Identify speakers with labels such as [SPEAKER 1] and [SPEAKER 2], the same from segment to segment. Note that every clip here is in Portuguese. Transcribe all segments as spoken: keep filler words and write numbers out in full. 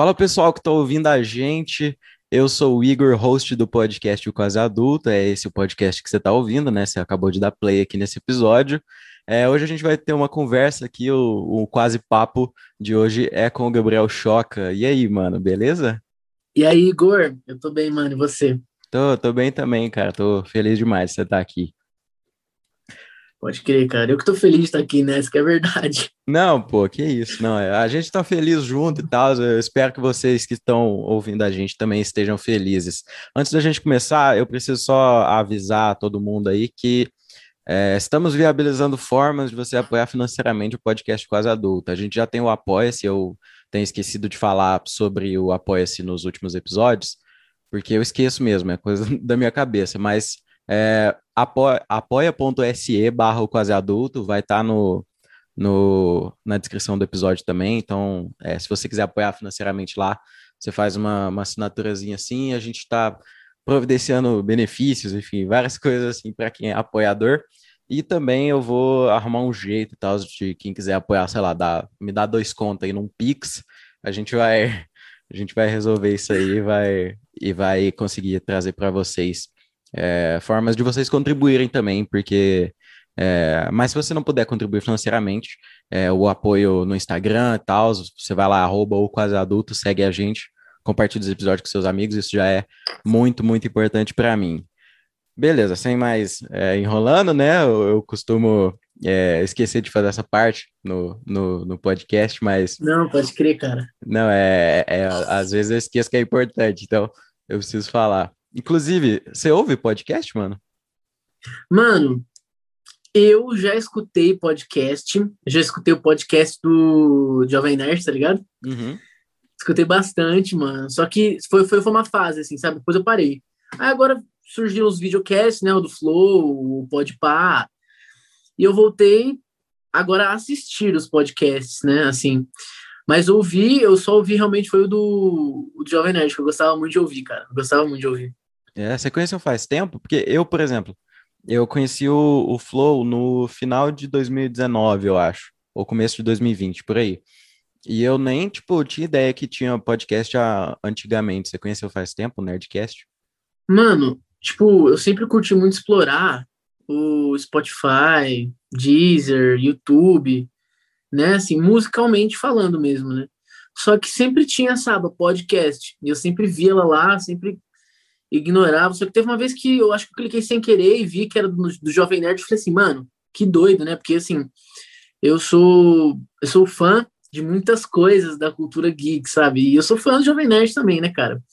[SPEAKER 1] Fala pessoal que está ouvindo a gente. Eu sou o Igor, host do podcast O Quase Adulto. É esse o podcast que você está ouvindo, né? Você acabou de dar play aqui nesse episódio. É, hoje a gente vai ter uma conversa aqui. O, o Quase Papo de hoje é com o Gabriel Choca. E aí, mano, beleza?
[SPEAKER 2] E aí, Igor? Eu tô bem, mano. E você?
[SPEAKER 1] Tô, tô bem também, cara. Tô feliz demais de você estar aqui.
[SPEAKER 2] Pode crer, cara. Eu que tô feliz de estar aqui, né? Isso que é verdade.
[SPEAKER 1] Não, pô, que isso, não, é, a gente tá feliz junto e tal, eu espero que vocês que estão ouvindo a gente também estejam felizes. Antes da gente começar, eu preciso só avisar todo mundo aí que é, estamos viabilizando formas de você apoiar financeiramente o podcast Quase Adulto. A gente já tem o Apoia-se, eu tenho esquecido de falar sobre o Apoia-se nos últimos episódios, porque eu esqueço mesmo, é coisa da minha cabeça, mas é, apo apoia.se barra o Quase Adulto vai estar no no, na descrição do episódio também. Então, é, se você quiser apoiar financeiramente lá, você faz uma, uma assinaturazinha assim. A gente está providenciando benefícios, enfim, várias coisas assim para quem é apoiador. E também eu vou arrumar um jeito e tal, de quem quiser apoiar, sei lá, dá, me dá dois contos aí num Pix, a gente vai, a gente vai resolver isso aí e vai, e vai conseguir trazer para vocês é, formas de vocês contribuírem também, porque é, mas se você não puder contribuir financeiramente, é, o apoio no Instagram e tal, você vai lá, arroba o Quase Adulto, segue a gente, compartilha os episódios com seus amigos, isso já é muito, muito importante para mim. Beleza, sem mais é, enrolando, né? Eu, eu costumo é, esquecer de fazer essa parte no, no, no podcast, mas
[SPEAKER 2] Não, pode crer, cara.
[SPEAKER 1] não, é, é, às vezes eu esqueço que é importante, então eu preciso falar. Inclusive, você ouve podcast, mano?
[SPEAKER 2] Mano, eu já escutei podcast. Já escutei o podcast do Jovem Nerd, tá ligado?
[SPEAKER 1] Uhum.
[SPEAKER 2] Escutei bastante, mano. Só que foi, foi, foi uma fase, assim, sabe? Depois eu parei. Aí agora surgiram os videocasts, né? O do Flow, o Podpah. E eu voltei agora a assistir os podcasts, né? Assim. Mas ouvir, eu só ouvi realmente foi o do, o do Jovem Nerd, que eu gostava muito de ouvir, cara. Eu gostava muito de ouvir.
[SPEAKER 1] É, você conheceu faz tempo? Porque eu, por exemplo, eu conheci o, o Flow no final de dois mil e dezenove, eu acho, ou começo de dois mil e vinte, por aí. E eu nem, tipo, tinha ideia que tinha podcast ah, antigamente. Você conheceu faz tempo o Nerdcast?
[SPEAKER 2] Mano, tipo, eu sempre curti muito explorar o Spotify, Deezer, YouTube, né? Assim, musicalmente falando mesmo, né? Só que sempre tinha essa aba podcast. E eu sempre via ela lá, sempre ignorava. Só que teve uma vez que eu acho que eu cliquei sem querer e vi que era do, do Jovem Nerd e falei assim, mano, que doido, né? Porque assim, eu sou eu sou fã de muitas coisas da cultura geek, sabe? E eu sou fã do Jovem Nerd também, né, cara?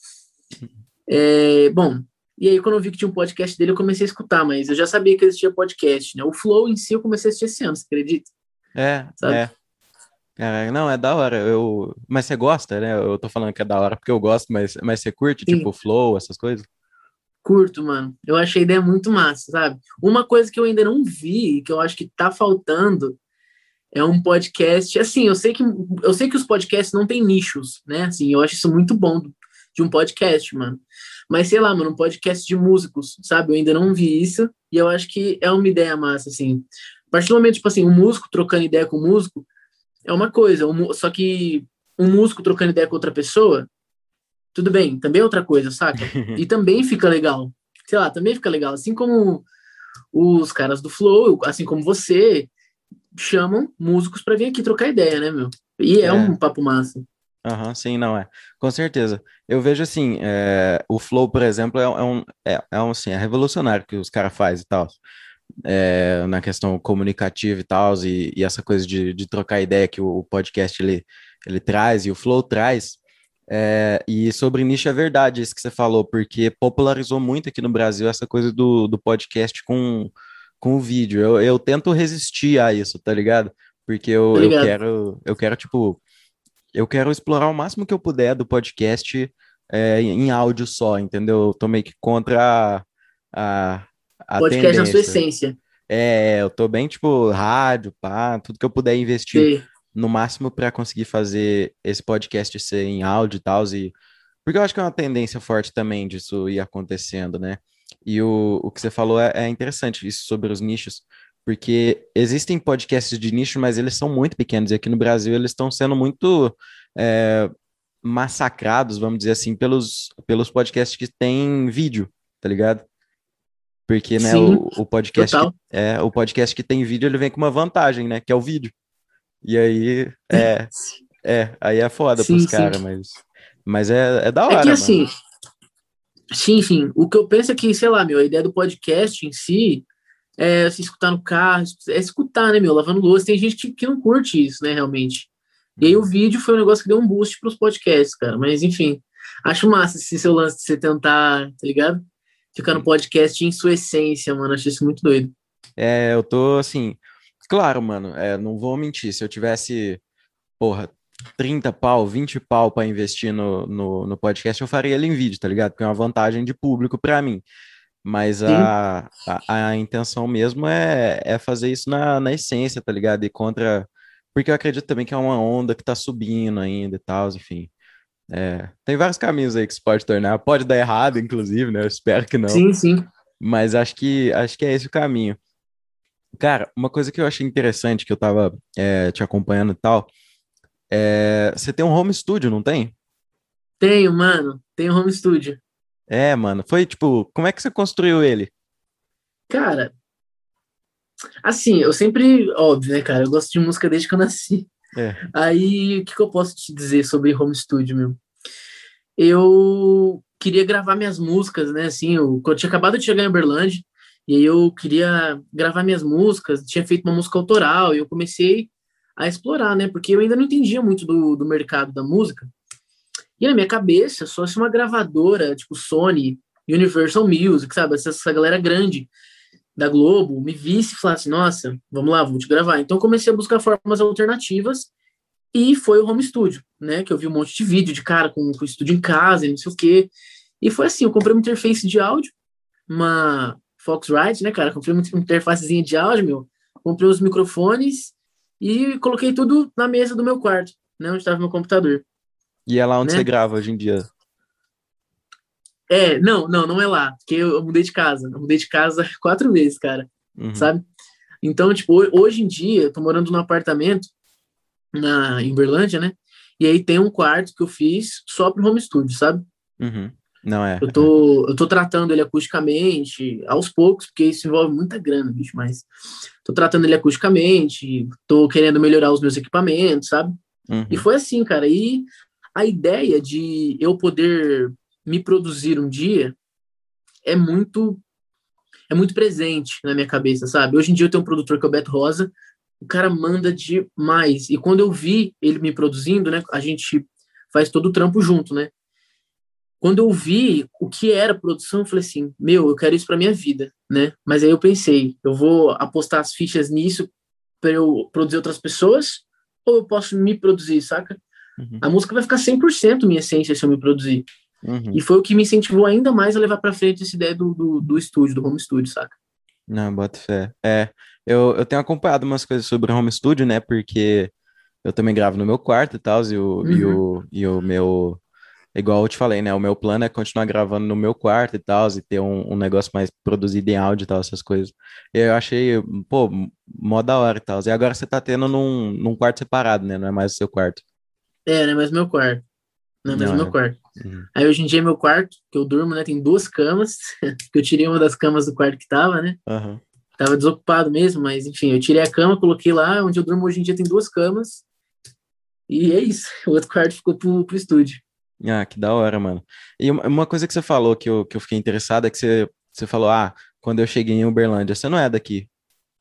[SPEAKER 2] É, bom, e aí quando eu vi que tinha um podcast dele, eu comecei a escutar, mas eu já sabia que existia podcast, né? O Flow em si eu comecei a assistir esse ano, você acredita?
[SPEAKER 1] É,
[SPEAKER 2] Sabe?
[SPEAKER 1] é. É, não, é da hora. Eu... Mas você gosta, né? Eu tô falando que é da hora porque eu gosto, mas, mas você curte, tipo,
[SPEAKER 2] Sim,
[SPEAKER 1] Flow, essas coisas?
[SPEAKER 2] curto, mano. Eu achei a ideia muito massa, sabe? Uma coisa que eu ainda não vi, que eu acho que tá faltando, é um podcast. Assim, eu sei que eu sei que os podcasts não têm nichos, né? Assim, eu acho isso muito bom de um podcast, mano. Mas sei lá, mano, um podcast de músicos, sabe? Eu ainda não vi isso e eu acho que é uma ideia massa, assim. A partir do momento, tipo assim, um músico trocando ideia com um músico é uma coisa, um, só que um músico trocando ideia com outra pessoa, tudo bem, também é outra coisa, saca? E também fica legal. Sei lá, também fica legal. Assim como os caras do Flow, assim como você, chamam músicos para vir aqui trocar ideia, né, meu? E é
[SPEAKER 1] É.
[SPEAKER 2] um papo massa.
[SPEAKER 1] Aham, sim, não é. Com certeza. Eu vejo assim, é, o Flow, por exemplo, é, é um, é, é um, assim, é revolucionário que os caras fazem e tal, é, na questão comunicativa e tal, e, e essa coisa de, de trocar ideia que o, o podcast ele, ele traz e o Flow traz. É, e sobre nicho é verdade isso que você falou, porque popularizou muito aqui no Brasil essa coisa do, do podcast com, com o vídeo. Eu, eu tento resistir a isso, tá ligado? Porque
[SPEAKER 2] Tá
[SPEAKER 1] eu, eu
[SPEAKER 2] ligado?
[SPEAKER 1] quero, eu quero, tipo, eu quero explorar o máximo que eu puder do podcast é, em áudio só, entendeu? Eu tô meio que contra a, a, a
[SPEAKER 2] Podcast na sua
[SPEAKER 1] tendência.
[SPEAKER 2] essência.
[SPEAKER 1] É, eu tô bem, tipo, rádio, pá, tudo que eu puder investir
[SPEAKER 2] Sei,
[SPEAKER 1] no máximo para conseguir fazer esse podcast ser em áudio e tal, e porque eu acho que é uma tendência forte também disso ir acontecendo, né? E o, o que você falou é, é interessante, isso sobre os nichos, porque existem podcasts de nicho, mas eles são muito pequenos, e aqui no Brasil eles estão sendo muito. é, massacrados, vamos dizer assim, pelos, pelos podcasts que tem vídeo, tá ligado? Porque, né,
[SPEAKER 2] Sim,
[SPEAKER 1] o, o podcast que
[SPEAKER 2] total.
[SPEAKER 1] é o podcast que tem vídeo, ele vem com uma vantagem, né, que é o vídeo. E aí é, é, aí é foda pros
[SPEAKER 2] Sim, sim.
[SPEAKER 1] caras, mas mas é, é da
[SPEAKER 2] É que
[SPEAKER 1] hora, mano.
[SPEAKER 2] assim, sim, sim. O que eu penso é que, sei lá, meu, a ideia do podcast em si é se escutar no carro, é escutar, né, meu, lavando louça. Tem gente que, que não curte isso, né, realmente. E aí o
[SPEAKER 1] Uhum.
[SPEAKER 2] vídeo foi um negócio que deu um boost pros podcasts, cara. Mas enfim, acho massa esse seu lance de você tentar, tá ligado? Ficar no podcast em sua essência, mano. Acho isso muito doido.
[SPEAKER 1] É, eu tô assim, claro, mano, é, não vou mentir, se eu tivesse, porra, trinta pau, vinte pau pra investir no, no, no podcast, eu faria ele em vídeo, tá ligado? Porque é uma vantagem de público pra mim. Mas
[SPEAKER 2] Sim,
[SPEAKER 1] a, a, a intenção mesmo é, é fazer isso na, na essência, tá ligado? E contra. Porque eu acredito também que é uma onda que tá subindo ainda e tal, enfim. É, tem vários caminhos aí que se pode tornar. Pode dar errado, inclusive, né? Eu espero que não.
[SPEAKER 2] sim, sim.
[SPEAKER 1] Mas acho que acho que é esse o caminho. Cara, uma coisa que eu achei interessante, que eu tava é, te acompanhando e tal, é, você tem um home studio, não tem?
[SPEAKER 2] Tenho, mano. Tenho home studio.
[SPEAKER 1] É, mano. Foi tipo, como é que você construiu ele?
[SPEAKER 2] Cara, assim, eu sempre, óbvio, né, cara? Eu gosto de música desde que eu nasci.
[SPEAKER 1] É.
[SPEAKER 2] Aí, o que, que eu posso te dizer sobre home studio, meu? Eu queria gravar minhas músicas, né? Assim, eu, eu tinha acabado de chegar em Uberlândia, e aí eu queria gravar minhas músicas, tinha feito uma música autoral, e eu comecei a explorar, né? Porque eu ainda não entendia muito do, do mercado da música. E na minha cabeça, só se uma gravadora, tipo Sony, Universal Music, sabe? Essa, essa galera grande da Globo me visse e falasse, nossa, vamos lá, vou te gravar. Então eu comecei a buscar formas alternativas e foi o home studio, né? Que eu vi um monte de vídeo de cara com, com estúdio em casa e não sei o quê. E foi assim, eu comprei uma interface de áudio, uma Foxrite, né, cara? Comprei uma interfacezinha de áudio, meu. Comprei os microfones e coloquei tudo na mesa do meu quarto, né? Onde estava meu computador,
[SPEAKER 1] E é lá onde você
[SPEAKER 2] né?
[SPEAKER 1] grava hoje em dia.
[SPEAKER 2] É, não, não, não é lá, porque eu, eu mudei de casa. Eu mudei de casa quatro vezes, cara,
[SPEAKER 1] Uhum,
[SPEAKER 2] sabe? Então, tipo, hoje em dia, eu tô morando num apartamento na, em Berlândia, né? E aí tem um quarto que eu fiz só pro home studio, sabe?
[SPEAKER 1] uhum. Não é,
[SPEAKER 2] Eu
[SPEAKER 1] é.
[SPEAKER 2] tô, eu tô tratando ele acusticamente, aos poucos, porque isso envolve muita grana, bicho, mas tô tratando ele acusticamente, tô querendo melhorar os meus equipamentos, sabe? E
[SPEAKER 1] Uhum,
[SPEAKER 2] foi assim, cara. E a ideia de eu poder me produzir um dia é muito é muito presente na minha cabeça, sabe? Hoje em dia eu tenho um produtor que é o Beto Rosa, o cara manda demais. E quando eu vi ele me produzindo, né, a gente faz todo o trampo junto, né? Quando eu vi o que era produção, eu falei assim, meu, eu quero isso para minha vida, né? Mas aí eu pensei, eu vou apostar as fichas nisso para eu produzir outras pessoas ou eu posso me produzir, saca?
[SPEAKER 1] uhum,
[SPEAKER 2] A música vai ficar cem por cento minha essência se eu me produzir. E
[SPEAKER 1] uhum.
[SPEAKER 2] foi o que me incentivou ainda mais a levar para frente essa ideia do, do, do estúdio, do home studio, saca?
[SPEAKER 1] Não, boto fé. É, eu, eu tenho acompanhado umas coisas sobre home studio, né? Porque eu também gravo no meu quarto e tal, e o, e
[SPEAKER 2] Uhum.
[SPEAKER 1] o, e o meu. Igual eu te falei, né? O meu plano é continuar gravando no meu quarto e tal, e ter um, um negócio mais produzido em áudio e tal, essas coisas. E eu achei, pô, mó da hora e tal. E agora você tá tendo num, num quarto separado, né? Não é mais o seu quarto.
[SPEAKER 2] É, não é mais meu quarto. Não é mais
[SPEAKER 1] Não
[SPEAKER 2] meu
[SPEAKER 1] é.
[SPEAKER 2] quarto.
[SPEAKER 1] Uhum.
[SPEAKER 2] Aí hoje em dia meu quarto, que eu durmo, né, tem duas camas, que eu tirei uma das camas do quarto que tava, né?
[SPEAKER 1] Aham.
[SPEAKER 2] Tava desocupado mesmo, mas enfim, eu tirei a cama, coloquei lá, onde eu durmo hoje em dia tem duas camas, e é isso. O outro quarto ficou pro, pro estúdio.
[SPEAKER 1] Ah, que da hora, mano. E uma uma coisa que você falou que eu, que eu fiquei interessado é que você, você falou, ah, quando eu cheguei em Uberlândia, você não é daqui.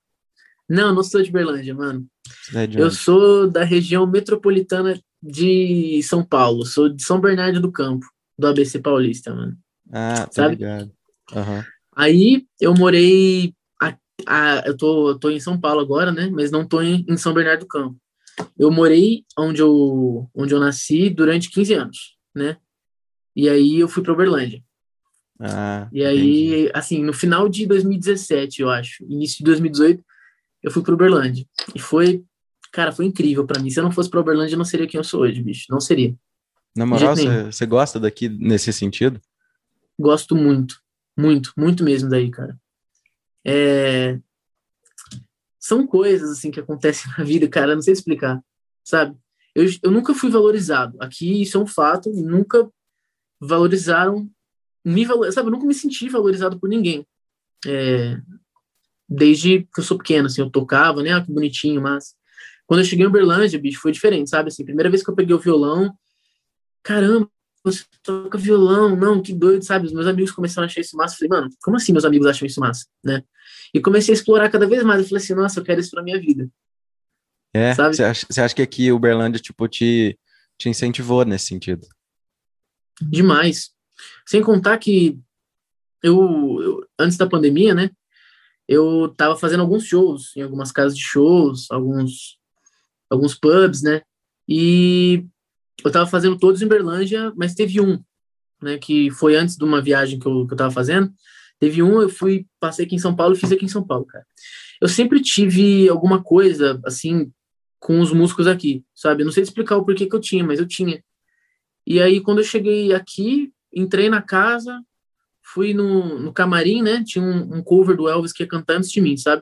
[SPEAKER 2] Não, não sou de Berlândia, mano.
[SPEAKER 1] Você é de
[SPEAKER 2] Eu
[SPEAKER 1] onde?
[SPEAKER 2] sou da região metropolitana de São Paulo, sou de São Bernardo do Campo, do A B C Paulista, mano,
[SPEAKER 1] Ah, tô
[SPEAKER 2] sabe?
[SPEAKER 1] ligado. Aham.
[SPEAKER 2] Aí eu morei, a, a- eu tô, eu tô em São Paulo agora, né? Mas não tô em, em São Bernardo do Campo. Eu morei onde eu, onde eu nasci durante quinze anos, né? E aí eu fui para Uberlândia.
[SPEAKER 1] Ah,
[SPEAKER 2] E
[SPEAKER 1] entendi.
[SPEAKER 2] aí, assim, no final de dois mil e dezessete, eu acho, início de dois mil e dezoito, eu fui para Uberlândia. E foi, cara, foi incrível para mim. Se eu não fosse para Uberlândia, eu não seria quem eu sou hoje, bicho. Não seria.
[SPEAKER 1] Na
[SPEAKER 2] De
[SPEAKER 1] moral,
[SPEAKER 2] jeito nenhum.
[SPEAKER 1] você, você gosta daqui nesse sentido?
[SPEAKER 2] Gosto muito, muito, muito mesmo daí, cara. É, são coisas, assim, que acontecem na vida, cara, eu não sei explicar, sabe? eu, eu nunca fui valorizado. Aqui isso é um fato, nunca valorizaram, me valor, sabe, eu nunca me senti valorizado por ninguém. É, desde que eu sou pequeno, assim, eu tocava, né, ah, que bonitinho, mas quando eu cheguei em Uberlândia, bicho, foi diferente, sabe, assim, primeira vez que eu peguei o violão, caramba, você toca violão, não, que doido, sabe, os meus amigos começaram a achar isso massa, eu falei, mano, como assim meus amigos acham isso massa, né, e comecei a explorar cada vez mais, eu falei assim, nossa, eu quero isso pra minha vida,
[SPEAKER 1] É,
[SPEAKER 2] sabe,
[SPEAKER 1] você acha, você acha que aqui Uberlândia, tipo, te, te incentivou nesse sentido?
[SPEAKER 2] demais, sem contar que eu, eu antes da pandemia, né, eu tava fazendo alguns shows, em algumas casas de shows, alguns, alguns pubs, né, e eu tava fazendo todos em Uberlândia, mas teve um, né, que foi antes de uma viagem que eu, que eu tava fazendo, teve um, eu fui, passei aqui em São Paulo e fiz aqui em São Paulo, cara. Eu sempre tive alguma coisa, assim, com os músicos aqui, sabe? Eu não sei explicar o porquê que eu tinha, mas eu tinha. E aí, quando eu cheguei aqui, entrei na casa, fui no, no camarim, né, tinha um, um cover do Elvis que ia cantar antes de mim, sabe?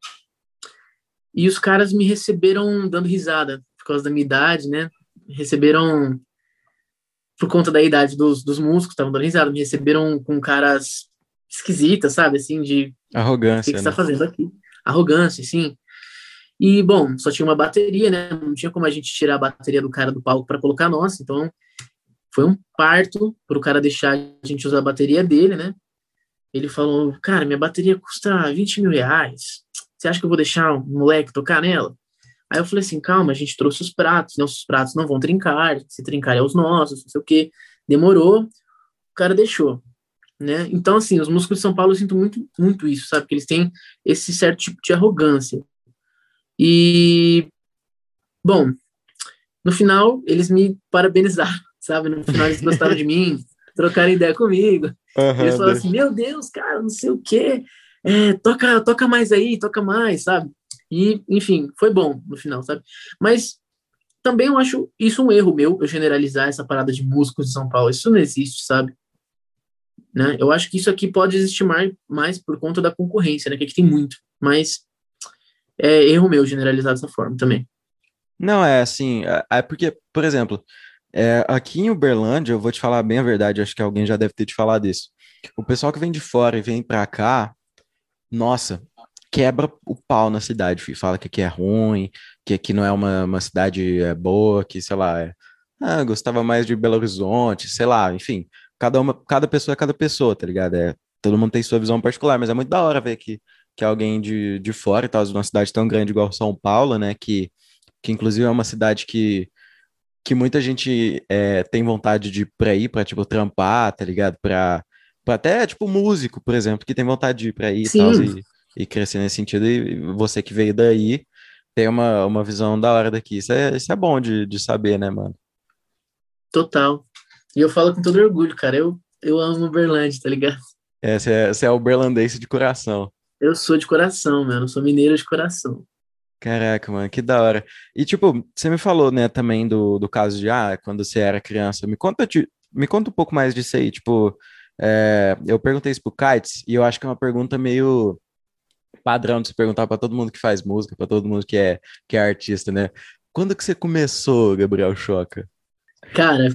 [SPEAKER 2] E os caras me receberam dando risada, por causa da minha idade, né? Receberam por conta da idade dos, dos músicos, estavam dando risada, me receberam com caras esquisitas, sabe, assim, de o que, que
[SPEAKER 1] Arrogância,
[SPEAKER 2] você tá
[SPEAKER 1] né?
[SPEAKER 2] fazendo aqui? Arrogância, assim. E, bom, só tinha uma bateria, né, não tinha como a gente tirar a bateria do cara do palco para colocar a nossa, então foi um parto pro cara deixar a gente usar a bateria dele, né, ele falou, cara, minha bateria custa vinte mil reais, você acha que eu vou deixar um moleque tocar nela? Aí eu falei assim, calma, a gente trouxe os pratos, né, os pratos não vão trincar, se trincar é os nossos, não sei o quê. Demorou, o cara deixou, né? Então, assim, os músicos de São Paulo eu sinto muito, muito isso, sabe? Que eles têm esse certo tipo de arrogância. E, bom, no final, eles me parabenizaram, sabe? No final, eles gostaram de mim, trocaram ideia comigo. Eles
[SPEAKER 1] Aham,
[SPEAKER 2] falaram assim, meu Deus, cara, não sei o quê, é, toca, toca mais aí, toca mais, sabe? E, enfim, foi bom no final, sabe? Mas também eu acho isso um erro meu, eu generalizar essa parada de músicos de São Paulo. Isso não existe, sabe? Né? Eu acho que isso aqui pode existir mais, mais por conta da concorrência, né? Que aqui tem muito. Mas é erro meu generalizar dessa forma também.
[SPEAKER 1] Não, é assim, é é porque, por exemplo, é, aqui em Uberlândia, eu vou te falar bem a verdade, acho que alguém já deve ter te falado isso. O pessoal que vem de fora e vem pra cá, nossa, quebra o pau na cidade, filho. Fala que aqui é ruim, que aqui não é uma, uma cidade é, boa, que, sei lá, é, ah, gostava mais de Belo Horizonte, sei lá, enfim, cada uma, cada pessoa é cada pessoa, tá ligado? É, todo mundo tem sua visão particular, mas é muito da hora ver que, que alguém de, de fora e tal, de uma cidade tão grande igual São Paulo, né, que, que inclusive é uma cidade que que muita gente é, tem vontade de ir pra ir, pra, tipo, trampar, tá ligado? Pra, pra até, tipo, músico, por exemplo, que tem vontade de ir pra ir e tal,
[SPEAKER 2] Sim,
[SPEAKER 1] e, e crescer nesse sentido. E você que veio daí tem uma, uma visão da hora daqui. Isso é, isso é bom de, de saber, né, mano?
[SPEAKER 2] total. E eu falo com todo orgulho, cara. Eu, eu amo Uberlândia, tá ligado?
[SPEAKER 1] É, você é, você é o berlandense de coração.
[SPEAKER 2] Eu sou de coração, mano. Eu sou mineiro de coração.
[SPEAKER 1] Caraca, mano, que da hora. E, tipo, você me falou, né, também do, do caso de, ah, quando você era criança. Me conta, ti- me conta um pouco mais disso aí. Tipo, é, eu perguntei isso pro Kites e eu acho que é uma pergunta meio padrão de se perguntar para todo mundo que faz música, para todo mundo que é, que é artista, né? Quando que você começou, Gabriel Choca?
[SPEAKER 2] Cara,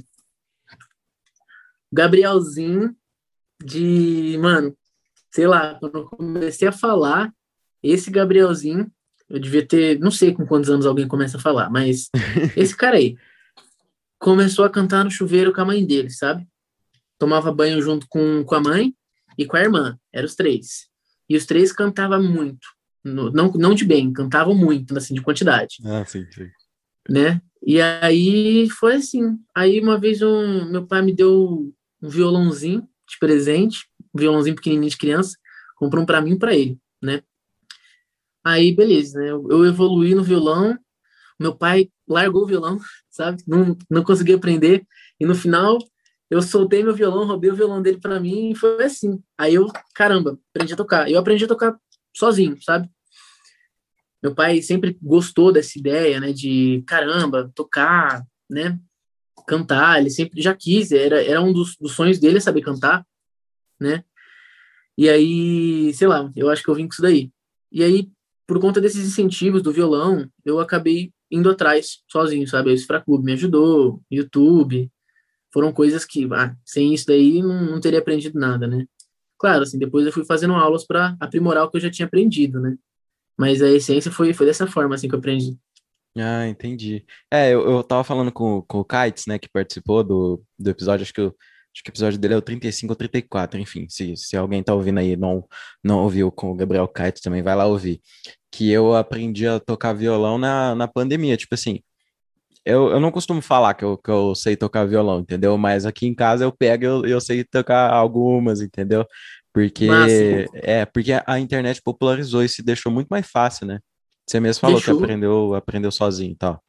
[SPEAKER 2] Gabrielzinho de, mano, sei lá, quando eu comecei a falar, esse Gabrielzinho, eu devia ter, não sei com quantos anos alguém começa a falar, mas esse cara aí começou a cantar no chuveiro com a mãe dele, sabe? Tomava banho junto com, com a mãe e com a irmã, eram os três. E os três cantavam muito, no- não, não de bem, cantavam muito, assim, de quantidade,
[SPEAKER 1] Ah, sim, sim.
[SPEAKER 2] né? E aí foi assim. Aí uma vez um, meu pai me deu um violãozinho de presente, um violãozinho pequenininho de criança, comprou um pra mim e pra ele, né? Aí, beleza, né? Eu, eu evoluí no violão, meu pai largou o violão, sabe? Não, não consegui aprender. E no final, eu soltei meu violão, roubei o violão dele pra mim e foi assim. Aí eu, caramba, aprendi a tocar. Eu aprendi a tocar sozinho, sabe? Meu pai sempre gostou dessa ideia, né? De, caramba, tocar, né? Cantar. Ele sempre já quis, era, era um dos, dos sonhos dele saber cantar, né? E aí, sei lá, eu acho que eu vim com isso daí. E aí, por conta desses incentivos do violão, eu acabei indo atrás sozinho, sabe? O Cifra Clube me ajudou, YouTube, foram coisas que, ah, sem isso daí, não, não teria aprendido nada, né? Claro, assim, depois eu fui fazendo aulas para aprimorar o que eu já tinha aprendido, né? Mas a essência foi, foi dessa forma, assim, que eu aprendi.
[SPEAKER 1] Ah, entendi. É, eu, eu tava falando com, com o Kites, né, que participou do, do episódio, acho que, o, acho que o episódio dele é o trinta e cinco ou trinta e quatro, enfim, se, se alguém tá ouvindo aí e não, não ouviu com o Gabriel Kites também, vai lá ouvir. Que eu aprendi a tocar violão na, na pandemia, tipo assim, eu, eu não costumo falar que eu, que eu sei tocar violão, entendeu? Mas aqui em casa eu pego e eu, eu sei tocar algumas, entendeu?
[SPEAKER 2] Massa,
[SPEAKER 1] Porque, é, porque a internet popularizou e se deixou muito mais fácil, né? Você mesmo falou que
[SPEAKER 2] deixou,
[SPEAKER 1] aprendeu, aprendeu sozinho e tal.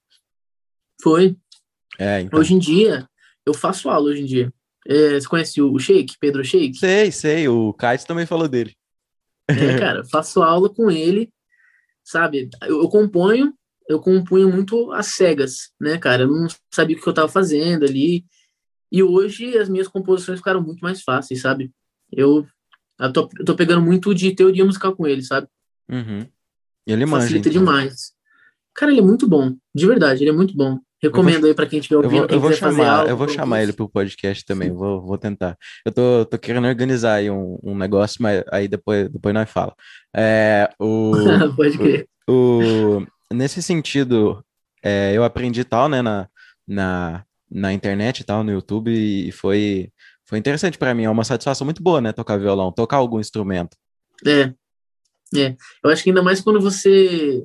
[SPEAKER 2] foi.
[SPEAKER 1] É, então.
[SPEAKER 2] Hoje em dia, eu faço aula hoje em dia. É, você conhece o Sheik, Pedro Sheik?
[SPEAKER 1] Sei, sei, o Kite também falou dele.
[SPEAKER 2] É, cara, faço aula com ele, sabe? Eu, eu componho, eu compunho muito às cegas, né, cara? Eu não sabia o que eu tava fazendo ali. E hoje as minhas composições ficaram muito mais fáceis, sabe? Eu, eu tô, eu tô pegando muito de teoria musical com ele, sabe?
[SPEAKER 1] Uhum. Ele manja,
[SPEAKER 2] Facilita
[SPEAKER 1] então.
[SPEAKER 2] demais. Cara, ele é muito bom, de verdade, ele é muito bom.
[SPEAKER 1] Eu vou,
[SPEAKER 2] Recomendo aí pra quem estiver
[SPEAKER 1] eu vou,
[SPEAKER 2] ouvindo,
[SPEAKER 1] eu
[SPEAKER 2] quem
[SPEAKER 1] vou
[SPEAKER 2] quiser fazer
[SPEAKER 1] chamar,
[SPEAKER 2] aula
[SPEAKER 1] eu
[SPEAKER 2] com
[SPEAKER 1] vou chamar ele
[SPEAKER 2] produtos.
[SPEAKER 1] pro podcast também, vou, vou tentar. Eu tô, tô querendo organizar aí um, um negócio, mas aí depois, depois nós fala. É, o,
[SPEAKER 2] Pode crer.
[SPEAKER 1] o, o- nesse sentido, é, eu aprendi tal, né, na, na, na internet e tal, no YouTube, e foi, foi interessante pra mim, é uma satisfação muito boa, né, tocar violão, tocar algum instrumento.
[SPEAKER 2] É, é. Eu acho que ainda mais quando você.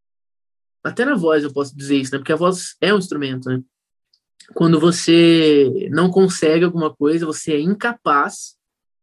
[SPEAKER 2] Até na voz eu posso dizer isso, né? Porque a voz é um instrumento, né? Quando você não consegue alguma coisa, você é incapaz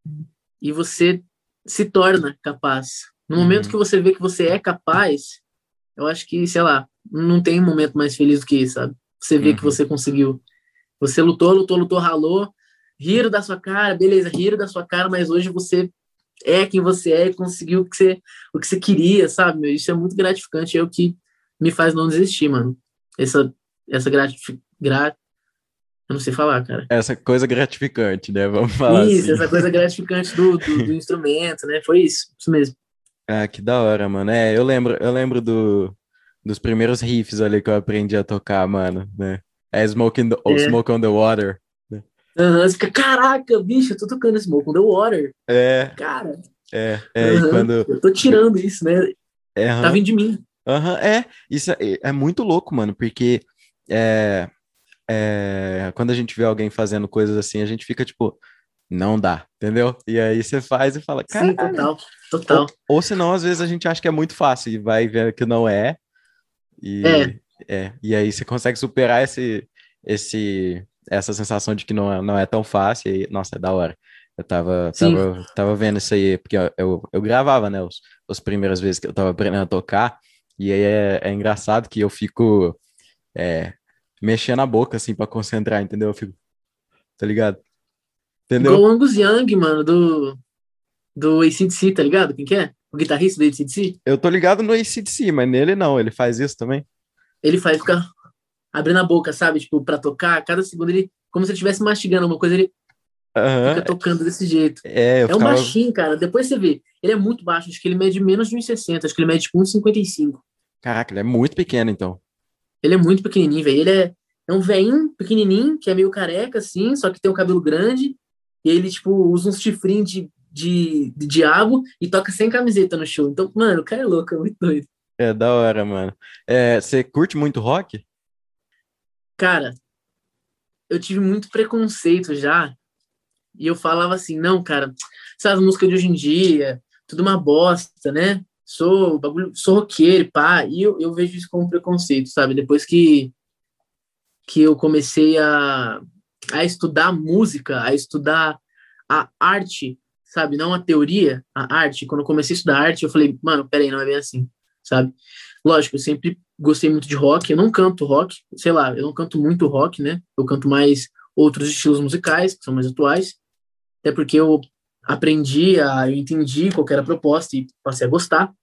[SPEAKER 2] e você se torna capaz. No momento que
[SPEAKER 1] Uhum,
[SPEAKER 2] você vê que você é capaz, eu acho que, sei lá, não tem um momento mais feliz do que isso, sabe? Você vê que
[SPEAKER 1] uhum,
[SPEAKER 2] você conseguiu. Você lutou, lutou, lutou, ralou, riram da sua cara, beleza, riram da sua cara, mas hoje você é quem você é e conseguiu o que você, o que você queria, sabe? Meu? Isso é muito gratificante, é o que me faz não desistir, mano. Essa, essa gratific... gra... Eu não sei falar, cara.
[SPEAKER 1] essa coisa gratificante, né, vamos falar
[SPEAKER 2] Isso,
[SPEAKER 1] assim.
[SPEAKER 2] essa coisa gratificante do, do, do instrumento, né? Foi isso, isso mesmo.
[SPEAKER 1] Ah, que da hora, mano. É, eu lembro, eu lembro do, dos primeiros riffs ali que eu aprendi a tocar, mano, né? É Smoke, in the, oh,
[SPEAKER 2] É.
[SPEAKER 1] Smoke on the Water, né?
[SPEAKER 2] Aham, você fica, caraca, bicho, eu tô tocando Smoke on the Water.
[SPEAKER 1] É,
[SPEAKER 2] Cara,
[SPEAKER 1] é, é, e
[SPEAKER 2] aham,
[SPEAKER 1] quando...
[SPEAKER 2] eu tô tirando isso, né?
[SPEAKER 1] É,
[SPEAKER 2] Tá
[SPEAKER 1] aham,
[SPEAKER 2] vindo de mim.
[SPEAKER 1] aham, é, isso é, é muito louco, mano, porque é, é, quando a gente vê alguém fazendo coisas assim, a gente fica tipo, não dá, entendeu? E aí você faz e fala,
[SPEAKER 2] Sim,
[SPEAKER 1] cara,
[SPEAKER 2] total, total.
[SPEAKER 1] ou, ou senão às vezes a gente acha que é muito fácil e vai ver que não é,
[SPEAKER 2] É,
[SPEAKER 1] E, é, e aí você consegue superar esse, esse, essa sensação de que não, é- não é tão fácil. E, nossa, é da hora. Eu tava,
[SPEAKER 2] sim,
[SPEAKER 1] tava, tava vendo isso aí, porque eu, eu, eu gravava, né, os, as primeiras vezes que eu tava aprendendo a tocar. E aí é, é engraçado que eu fico é, mexendo a boca, assim, pra concentrar, entendeu? Eu fico, tá ligado?
[SPEAKER 2] igual
[SPEAKER 1] Entendeu?
[SPEAKER 2] o Angus Young, mano, do, do A C/D C, tá ligado? Quem que é? O guitarrista do A C/D C?
[SPEAKER 1] Eu tô ligado no A C/D C, mas nele não, ele faz isso também.
[SPEAKER 2] Ele faz ficar abrindo a boca, sabe? Tipo, pra tocar, cada segundo ele, como se ele estivesse mastigando alguma coisa, ele fica
[SPEAKER 1] Aham,
[SPEAKER 2] tocando desse jeito.
[SPEAKER 1] é, eu
[SPEAKER 2] É um
[SPEAKER 1] ficava.
[SPEAKER 2] baixinho, cara. Depois você vê. Ele é muito baixo, acho que ele mede menos de um e sessenta, acho que ele mede tipo um e cinquenta e cinco.
[SPEAKER 1] Caraca, ele é muito pequeno, então.
[SPEAKER 2] Ele é muito pequenininho, velho. Ele é, é um veinho pequenininho, que é meio careca, assim, só que tem o cabelo grande. E ele, tipo, usa uns chifrinhos de, de, de diabo e toca sem camiseta no show. Então, mano, o cara é louco, é muito doido.
[SPEAKER 1] É da hora, mano. É, você curte muito rock?
[SPEAKER 2] Cara, eu tive muito preconceito já. E eu falava assim, não, cara, essas músicas de hoje em dia, tudo uma bosta, né? Sou bagulho, sou roqueiro, pá. E eu, eu vejo isso como preconceito, sabe? Depois que, que eu comecei a, a estudar música, a estudar a arte, sabe? Não a teoria, a arte. Quando eu comecei a estudar arte, eu falei, mano, peraí, não é bem assim, sabe? Lógico, eu sempre gostei muito de rock. Eu não canto rock, sei lá, eu não canto muito rock, né? Eu canto mais outros estilos musicais, que são mais atuais. Até porque eu aprendi, a, eu entendi qual que era a proposta e passei a gostar.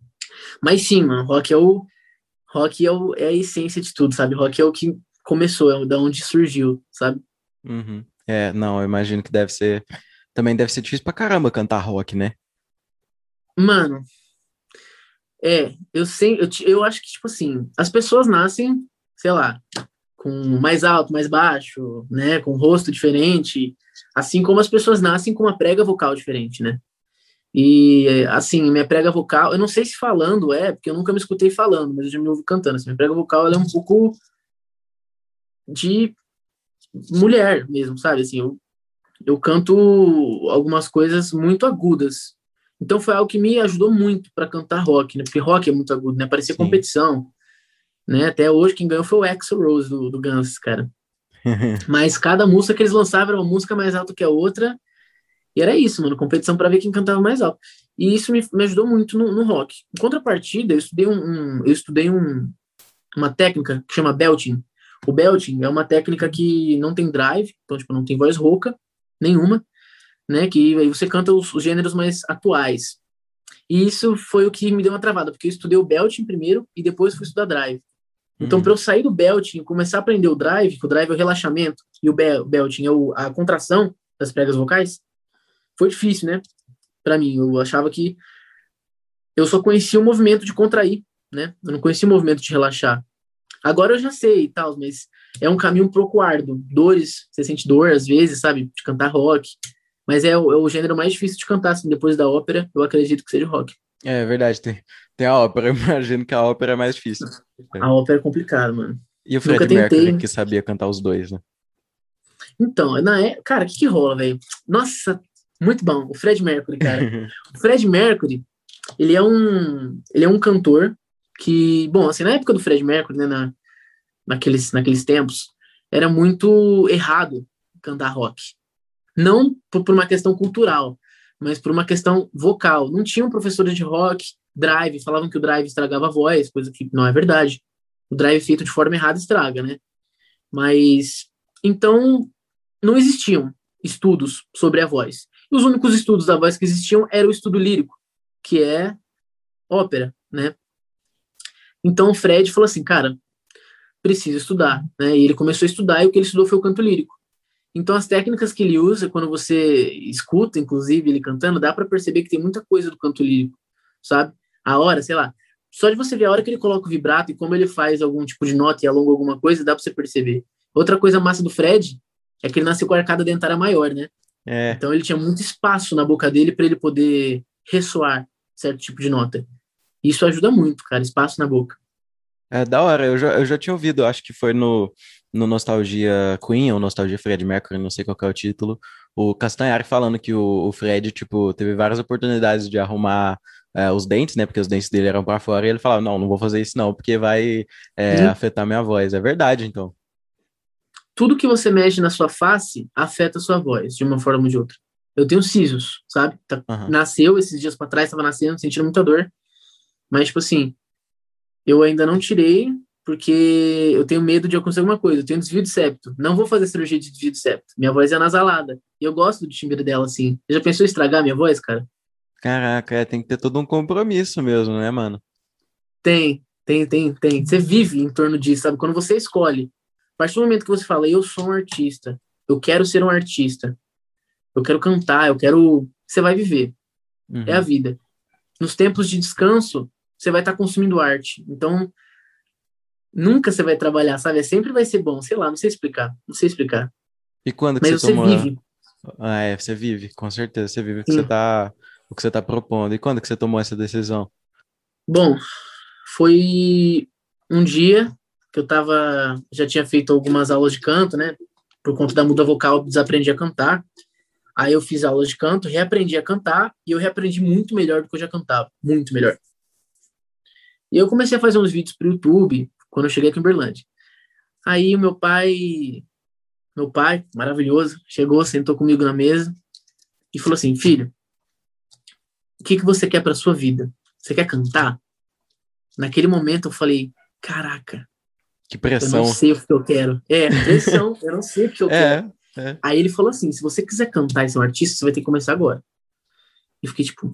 [SPEAKER 2] Mas sim, mano, rock é o rock é, o, é a essência de tudo, sabe? Rock é o que começou, é da onde surgiu, sabe?
[SPEAKER 1] Uhum. É, não, eu imagino que deve ser. Também deve ser difícil pra caramba cantar rock, né?
[SPEAKER 2] Mano, É, eu sei, eu, ti- eu acho que, tipo assim, as pessoas nascem, sei lá, com mais alto, mais baixo, né, com rosto diferente, assim como as pessoas nascem com uma prega vocal diferente, né? E, assim, minha prega vocal, eu não sei se falando é, porque eu nunca me escutei falando, mas eu já me ouvi cantando, assim, minha prega vocal, ela é um pouco de mulher mesmo, sabe? Assim, eu, eu canto algumas coisas muito agudas. Então foi algo que me ajudou muito para cantar rock, né? Porque rock é muito agudo, né? Parecia
[SPEAKER 1] Sim.
[SPEAKER 2] competição, né? Até hoje quem ganhou foi o Axl Rose do, do Guns, cara. Mas cada música que eles lançavam era uma música mais alta que a outra, e era isso, mano, competição para ver quem cantava mais alto. E isso me, me ajudou muito no, no rock. Em contrapartida, eu estudei um, um eu estudei um, uma técnica que chama belting. O belting é uma técnica que não tem drive, então tipo não tem voz rouca nenhuma, né? Que aí você canta os, os gêneros mais atuais. E isso foi o que me deu uma travada, porque eu estudei o belting primeiro e depois fui estudar drive. Então, para
[SPEAKER 1] Uhum.
[SPEAKER 2] eu sair do belting e começar a aprender o drive, que o drive é o relaxamento e o belting é o, a contração das pregas vocais, foi difícil, né? Para mim, eu achava que eu só conhecia o movimento de contrair, né? Eu não conhecia o movimento de relaxar. Agora eu já sei e tal, mas é um caminho um pouco árduo. Dores, você sente dor às vezes, sabe? De cantar rock. Mas é o, é o gênero mais difícil de cantar, assim, depois da ópera, eu acredito que seja o rock.
[SPEAKER 1] É verdade, tem, tem a ópera, eu imagino que a ópera é mais difícil. É.
[SPEAKER 2] A ópera é complicada, mano.
[SPEAKER 1] E o
[SPEAKER 2] Nunca
[SPEAKER 1] Fred Mercury,
[SPEAKER 2] tentei.
[SPEAKER 1] que sabia cantar os dois, né?
[SPEAKER 2] Então, na é... cara, o que, que rola, velho? Nossa, muito bom. O Fred Mercury, cara. O Fred Mercury, ele é um, ele é um cantor que, bom, assim, na época do Fred Mercury, né, na, naqueles, naqueles tempos, era muito errado cantar rock. Não por, por uma questão cultural, mas por uma questão vocal. Não tinham professores de rock, drive, falavam que o drive estragava a voz, coisa que não é verdade. O drive feito de forma errada estraga, né? Mas, então, não existiam estudos sobre a voz. E os únicos estudos da voz que existiam era o estudo lírico, que é ópera, né? Então o Fred falou assim, cara, preciso estudar, né? E ele começou a estudar e o que ele estudou foi o canto lírico. Então as técnicas que ele usa, quando você escuta, inclusive, ele cantando, dá para perceber que tem muita coisa do canto lírico, sabe? A hora, sei lá, só de você ver a hora que ele coloca o vibrato e como ele faz algum tipo de nota e alonga alguma coisa, dá para você perceber. Outra coisa massa do Fred é que ele nasceu com a arcada dentária maior, né?
[SPEAKER 1] É,
[SPEAKER 2] Então ele tinha muito espaço na boca dele para ele poder ressoar certo tipo de nota. Isso ajuda muito, cara, espaço na boca.
[SPEAKER 1] é da hora, eu já, eu já tinha ouvido, acho que foi no, no Nostalgia Queen ou Nostalgia Fred Mercury, não sei qual que é o título, o Castanhari falando que o, o Fred, tipo, teve várias oportunidades de arrumar é, os dentes, né, porque os dentes dele eram pra fora, e ele falava, não, não vou fazer isso não, porque vai é,
[SPEAKER 2] Sim.
[SPEAKER 1] afetar minha voz. É verdade, então.
[SPEAKER 2] Tudo que você mexe na sua face afeta a sua voz, de uma forma ou de outra. Eu tenho sisos, sabe? Tá-
[SPEAKER 1] Aham.
[SPEAKER 2] nasceu esses dias pra trás, tava nascendo, sentindo muita dor. Mas, tipo assim, eu ainda não tirei, porque eu tenho medo de acontecer alguma coisa. Eu tenho desvio de septo. Não vou fazer cirurgia de desvio de septo. Minha voz é anasalada. E eu gosto do timbre dela, assim. Já pensou em estragar minha voz, cara?
[SPEAKER 1] Caraca, é, tem que ter todo um compromisso mesmo, né, mano?
[SPEAKER 2] Tem, tem, tem, tem. Você vive em torno disso, sabe? Quando você escolhe. A partir do momento que você fala, eu sou um artista, eu quero ser um artista, eu quero cantar, eu quero. Você vai viver. É a
[SPEAKER 1] Uhum.
[SPEAKER 2] vida. Nos tempos de descanso, você vai estar consumindo arte. Então, nunca você vai trabalhar, sabe? Sempre vai ser bom. Sei lá, não sei explicar. Não sei explicar.
[SPEAKER 1] E quando que
[SPEAKER 2] Mas
[SPEAKER 1] você
[SPEAKER 2] você
[SPEAKER 1] tomou...
[SPEAKER 2] vive.
[SPEAKER 1] Ah, é, você vive, com certeza, você vive o que você
[SPEAKER 2] Sim.
[SPEAKER 1] tá, o que você tá propondo. E quando que você tomou essa decisão?
[SPEAKER 2] Bom, foi um dia que eu tava. Já tinha feito algumas aulas de canto, né? Por conta da muda vocal, eu desaprendi a cantar. Aí eu fiz aulas de canto, reaprendi a cantar e eu reaprendi muito melhor do que eu já cantava. Muito melhor. E eu comecei a fazer uns vídeos pro YouTube quando eu cheguei aqui em Berlândia. Aí o meu pai, meu pai, maravilhoso, chegou, sentou comigo na mesa e falou assim: filho, o que, que você quer para sua vida? Você quer cantar? Naquele momento eu falei: caraca,
[SPEAKER 1] Que
[SPEAKER 2] eu não
[SPEAKER 1] pressão.
[SPEAKER 2] sei o que eu quero. É, pressão, eu não sei o que eu quero.
[SPEAKER 1] É, é.
[SPEAKER 2] Aí ele falou assim: se você quiser cantar e ser um artista, você vai ter que começar agora. E eu fiquei tipo,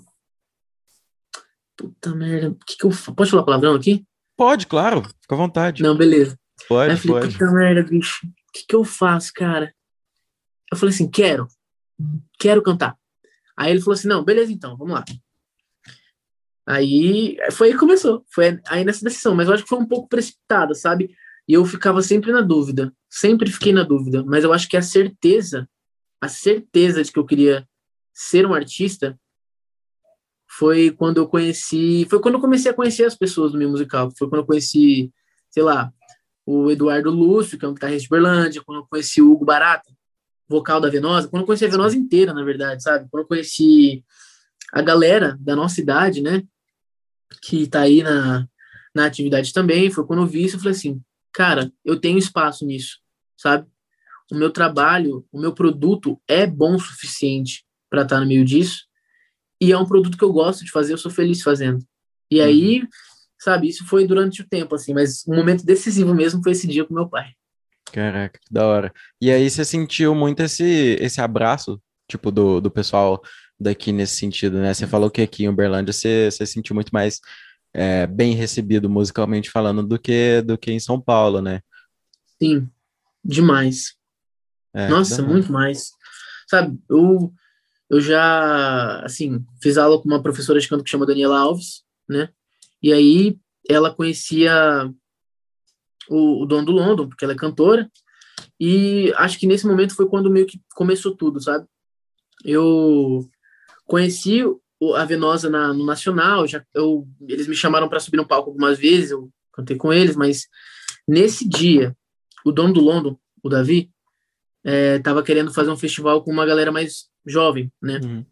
[SPEAKER 2] puta merda, o que, que eu faço? Pode falar palavrão aqui?
[SPEAKER 1] Pode, claro, fica à vontade.
[SPEAKER 2] Não, beleza. Aí eu
[SPEAKER 1] Pode,
[SPEAKER 2] falei,
[SPEAKER 1] pode.
[SPEAKER 2] puta merda, bicho, o que, que eu faço, cara? Eu falei assim: quero, quero cantar. Aí ele falou assim: não, beleza então, vamos lá. Aí foi aí que começou, foi aí nessa decisão, mas eu acho que foi um pouco precipitada, sabe? E eu ficava sempre na dúvida, sempre fiquei na dúvida, mas eu acho que a certeza, a certeza de que eu queria ser um artista foi quando eu conheci, foi quando eu comecei a conhecer as pessoas do meio musical, foi quando eu conheci, sei lá, o Eduardo Lúcio, que é um guitarrista de Berlândia, quando eu conheci o Hugo Barata, vocal da Venosa, quando eu conheci a Venosa inteira, na verdade, sabe? Quando eu conheci a galera da nossa idade, né, que tá aí na, na atividade também, foi quando eu vi isso, eu falei assim, cara, eu tenho espaço nisso, sabe? O meu trabalho, o meu produto é bom o suficiente para estar no meio disso, e é um produto que eu gosto de fazer, eu sou feliz fazendo. E
[SPEAKER 1] Uhum.
[SPEAKER 2] aí, sabe, isso foi durante o tempo, assim, mas o momento decisivo mesmo foi esse dia com meu pai.
[SPEAKER 1] Caraca, que da hora. E aí você sentiu muito esse, esse abraço, tipo, do, do pessoal daqui nesse sentido, né? Você falou que aqui em Uberlândia você, você sentiu muito mais é, bem recebido musicalmente falando do que, do que em São Paulo, né?
[SPEAKER 2] Sim, demais.
[SPEAKER 1] É, que da
[SPEAKER 2] Nossa,
[SPEAKER 1] hora.
[SPEAKER 2] muito mais. Sabe, eu, eu já, assim, fiz aula com uma professora de canto que chama Daniela Alves, né? E aí ela conhecia o, o dono do London, porque ela é cantora, e acho que nesse momento foi quando meio que começou tudo, sabe? Eu conheci o- a Venosa na, no Nacional, já, eu, eles me chamaram para subir no palco algumas vezes, eu cantei com eles, mas nesse dia, o dono do London, o Davi, estava querendo fazer um festival com uma galera mais jovem, né?
[SPEAKER 1] Uhum.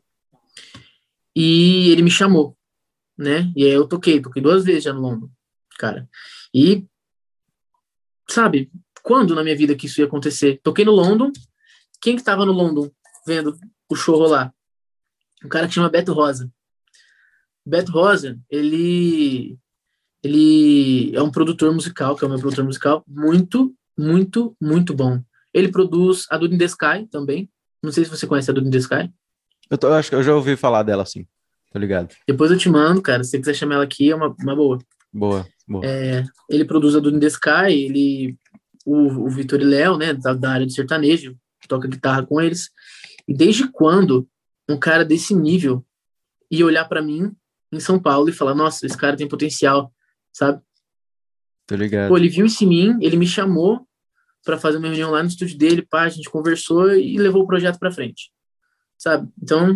[SPEAKER 2] E ele me chamou, né? E aí eu toquei, toquei duas vezes já no London, cara. E, sabe, quando na minha vida que isso ia acontecer? Toquei no London, quem que tava no London vendo o show rolar? Um cara que chama Beto Rosa. Beto Rosa, ele ele é um produtor musical, que é o meu produtor musical, muito, muito, muito bom. Ele produz a Dude in the Sky também. Não sei se você conhece a Dude in the Sky.
[SPEAKER 1] Eu, tô- eu acho que eu já ouvi falar dela, sim. Tô ligado.
[SPEAKER 2] Depois eu te mando, cara. Se você quiser chamar ela aqui, é uma, uma boa.
[SPEAKER 1] Boa, boa.
[SPEAKER 2] É, ele produz a Dude in the Sky, ele, o, o Vitor e Léo, né, da, da área do sertanejo, toca guitarra com eles. E desde quando um cara desse nível ia olhar para mim em São Paulo e falar, nossa, esse cara tem potencial, sabe?
[SPEAKER 1] Tô
[SPEAKER 2] Pô,
[SPEAKER 1] ligado.
[SPEAKER 2] ele viu isso em mim, ele me chamou para fazer uma reunião lá no estúdio dele, pá, a gente conversou e levou o projeto para frente, sabe? Então,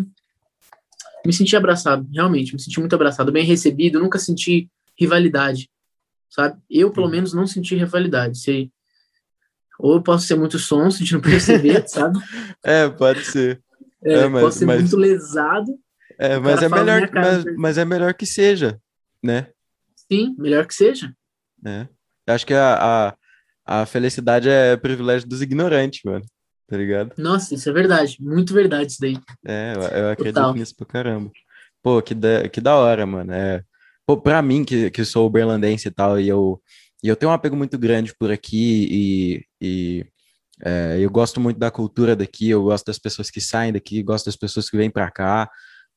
[SPEAKER 2] me senti abraçado, realmente, me senti muito abraçado, bem recebido, nunca senti rivalidade, sabe? Eu, pelo
[SPEAKER 1] Uhum.
[SPEAKER 2] menos, não senti rivalidade. Se, ou eu posso ser muito sonso de não perceber, sabe?
[SPEAKER 1] É, pode ser. É,
[SPEAKER 2] É,
[SPEAKER 1] mas,
[SPEAKER 2] posso ser muito
[SPEAKER 1] mas,
[SPEAKER 2] lesado,
[SPEAKER 1] é,
[SPEAKER 2] o
[SPEAKER 1] mas
[SPEAKER 2] cara
[SPEAKER 1] é
[SPEAKER 2] fala na
[SPEAKER 1] melhor,
[SPEAKER 2] minha cara,
[SPEAKER 1] mas, mas é melhor que seja, né?
[SPEAKER 2] sim, melhor que seja.
[SPEAKER 1] Né? Eu acho que a, a, a felicidade é privilégio dos ignorantes, mano. Tá ligado?
[SPEAKER 2] Nossa, isso é verdade, muito verdade isso daí,
[SPEAKER 1] É, eu, eu acredito
[SPEAKER 2] total.
[SPEAKER 1] nisso pra caramba. Pô, que da, que da hora, mano. É, pô, pra mim, que, que sou berlandense e tal, e eu, e eu tenho um apego muito grande por aqui, e, e é, eu gosto muito da cultura daqui, eu gosto das pessoas que saem daqui, gosto das pessoas que vêm pra cá.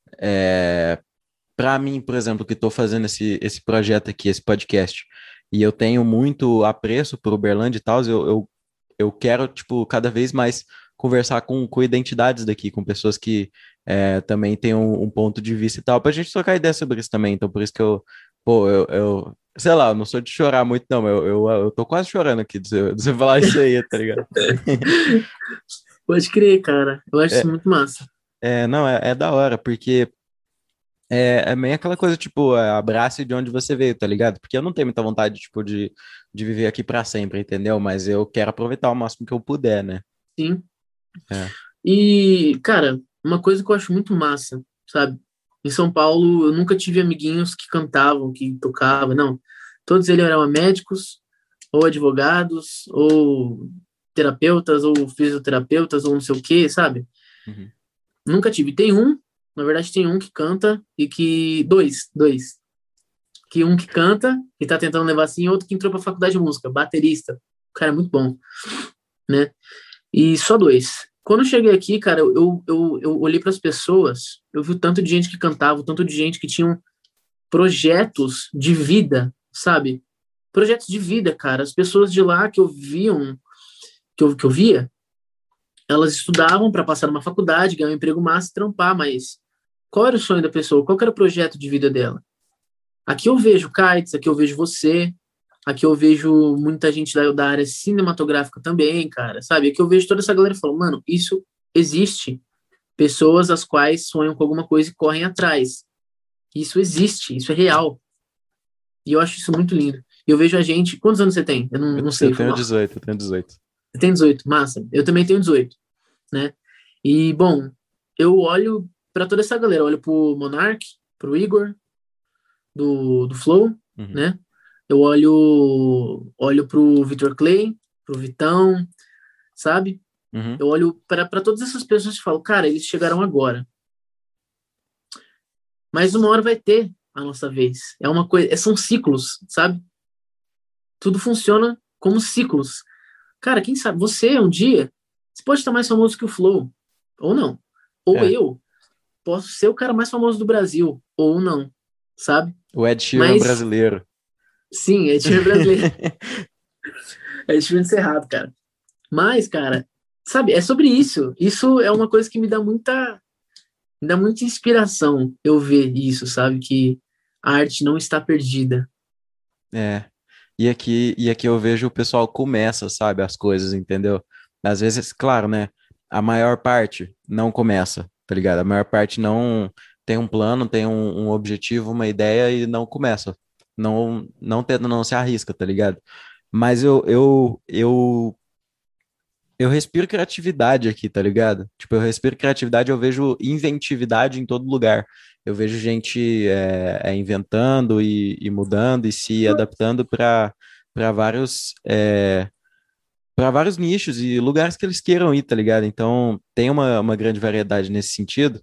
[SPEAKER 1] É, para mim, por exemplo, que estou fazendo esse, esse projeto aqui, esse podcast, e eu tenho muito apreço por Uberlândia e tal, eu, eu, eu quero, tipo, cada vez mais conversar com, com identidades daqui, com pessoas que é, também têm um, um ponto de vista e tal, pra gente trocar ideia sobre isso também. Então, por isso que eu, pô, eu, eu sei lá, eu não sou de chorar muito, não, eu, eu, eu tô quase chorando aqui de você, de você falar isso aí, tá ligado?
[SPEAKER 2] Pode crer, cara, eu acho isso
[SPEAKER 1] É,
[SPEAKER 2] muito massa.
[SPEAKER 1] é, não, é, é da hora, porque É, é meio aquela coisa, tipo, é, abrace de onde você veio, tá ligado? Porque eu não tenho muita vontade, tipo, de, de viver aqui pra sempre, entendeu? Mas eu quero aproveitar o máximo que eu puder, né?
[SPEAKER 2] Sim.
[SPEAKER 1] É.
[SPEAKER 2] E, cara, uma coisa que eu acho muito massa, sabe? Em São Paulo, eu nunca tive amiguinhos que cantavam, que tocavam, não. Todos eles eram médicos, ou advogados, ou terapeutas, ou fisioterapeutas, ou não sei o quê, sabe?
[SPEAKER 1] Uhum.
[SPEAKER 2] Nunca tive. Tem um, na verdade, tem um que canta e que. Dois, dois. Que um que canta e tá tentando levar assim, e outro que entrou pra faculdade de música, baterista. O cara é muito bom, né? E só dois. Quando eu cheguei aqui, cara, eu, eu, eu olhei para as pessoas, eu vi o tanto de gente que cantava, o tanto de gente que tinham projetos de vida, sabe? Projetos de vida, cara. As pessoas de lá que eu viam, que eu, que eu via, elas estudavam para passar numa faculdade, ganhar um emprego massa e trampar, mas qual era o sonho da pessoa? Qual era o projeto de vida dela? Aqui eu vejo Kites, aqui eu vejo você, aqui eu vejo muita gente da, da área cinematográfica também, cara, sabe? Aqui eu vejo toda essa galera falando, mano, isso existe. Pessoas as quais sonham com alguma coisa e correm atrás. Isso existe, isso é real. E eu acho isso muito lindo. E eu vejo a gente. Quantos anos você tem? Eu não,
[SPEAKER 1] Eu,
[SPEAKER 2] não
[SPEAKER 1] eu
[SPEAKER 2] sei, foi
[SPEAKER 1] tenho
[SPEAKER 2] mal.
[SPEAKER 1] dezoito, eu tenho dezoito.
[SPEAKER 2] Você tem dezoito, massa. Eu também tenho dezoito, né? E, bom, eu olho para toda essa galera. Eu olho pro Monark, pro Igor, do, do Flow,
[SPEAKER 1] Uhum,
[SPEAKER 2] né? Eu olho, olho pro Vitor Clay, pro Vitão, sabe?
[SPEAKER 1] uhum.
[SPEAKER 2] Eu olho para todas essas pessoas e falo, cara, eles chegaram agora. Mas uma hora vai ter a nossa vez. É uma coisa, são ciclos, sabe? Tudo funciona como ciclos. Cara, quem sabe, você um dia, você pode estar mais famoso que o Flow, ou não. Ou
[SPEAKER 1] É,
[SPEAKER 2] eu posso ser o cara mais famoso do Brasil, ou não, sabe?
[SPEAKER 1] o Ed Sheeran
[SPEAKER 2] Mas,
[SPEAKER 1] brasileiro.
[SPEAKER 2] sim, é time brasileiro, é time encerrado, cara. Mas, cara, sabe, é sobre isso. Isso é uma coisa que me dá muita, me dá muita inspiração eu ver isso, sabe? Que a arte não está perdida.
[SPEAKER 1] É. E aqui, e aqui eu vejo o pessoal começa, sabe, as coisas, entendeu? Às vezes, claro, né? A maior parte não começa, tá ligado? A maior parte não tem um plano, tem um, um objetivo, uma ideia e não começa. Não, não tenta, não se arrisca, tá ligado? Mas eu, eu, eu eu respiro criatividade aqui, tá ligado? Tipo, eu respiro criatividade, eu vejo inventividade em todo lugar. Eu vejo gente é, é, inventando e, e mudando e se adaptando para para vários é, para vários nichos e lugares que eles queiram ir, tá ligado? Então tem uma, uma grande variedade nesse sentido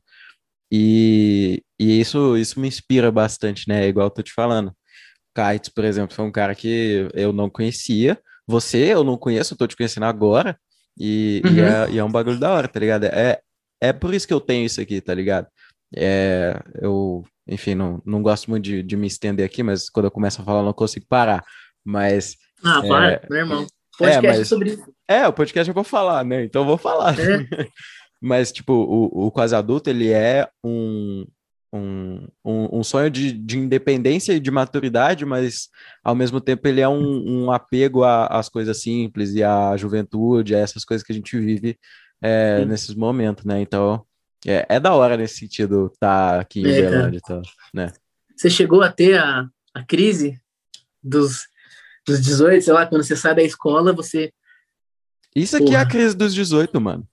[SPEAKER 1] e, e isso isso me inspira bastante, né? Igual eu tô te falando. Kites, por exemplo, foi um cara que eu não conhecia. Você, eu não conheço, eu tô te conhecendo agora. E, e,
[SPEAKER 2] Uhum.
[SPEAKER 1] é, e é um bagulho da hora, tá ligado? É, é por isso que eu tenho isso aqui, tá ligado? É, eu, enfim, não, não gosto muito de, de me estender aqui, mas quando eu começo a falar, eu não consigo parar. Mas,
[SPEAKER 2] Ah, para,
[SPEAKER 1] é,
[SPEAKER 2] meu irmão.
[SPEAKER 1] é,
[SPEAKER 2] Podcast é
[SPEAKER 1] mas,
[SPEAKER 2] sobre isso.
[SPEAKER 1] é, o podcast é pra falar, né? Então eu vou falar.
[SPEAKER 2] É,
[SPEAKER 1] Mas, tipo, o, o quase adulto, ele é um, um, um, um sonho de, de independência e de maturidade, mas ao mesmo tempo ele é um, um apego a- às coisas simples e à juventude, a essas coisas que a gente vive é,
[SPEAKER 2] sim.
[SPEAKER 1] nesses momentos, né? Então, é, é da hora nesse sentido estar aqui em
[SPEAKER 2] É, cara.
[SPEAKER 1] Uberlândia, tá, né?
[SPEAKER 2] Você chegou a ter a, a crise dos, dos dezoito, sei lá, quando você sai da escola, você,
[SPEAKER 1] Isso aqui é a
[SPEAKER 2] porra,
[SPEAKER 1] crise dos dezoito, mano.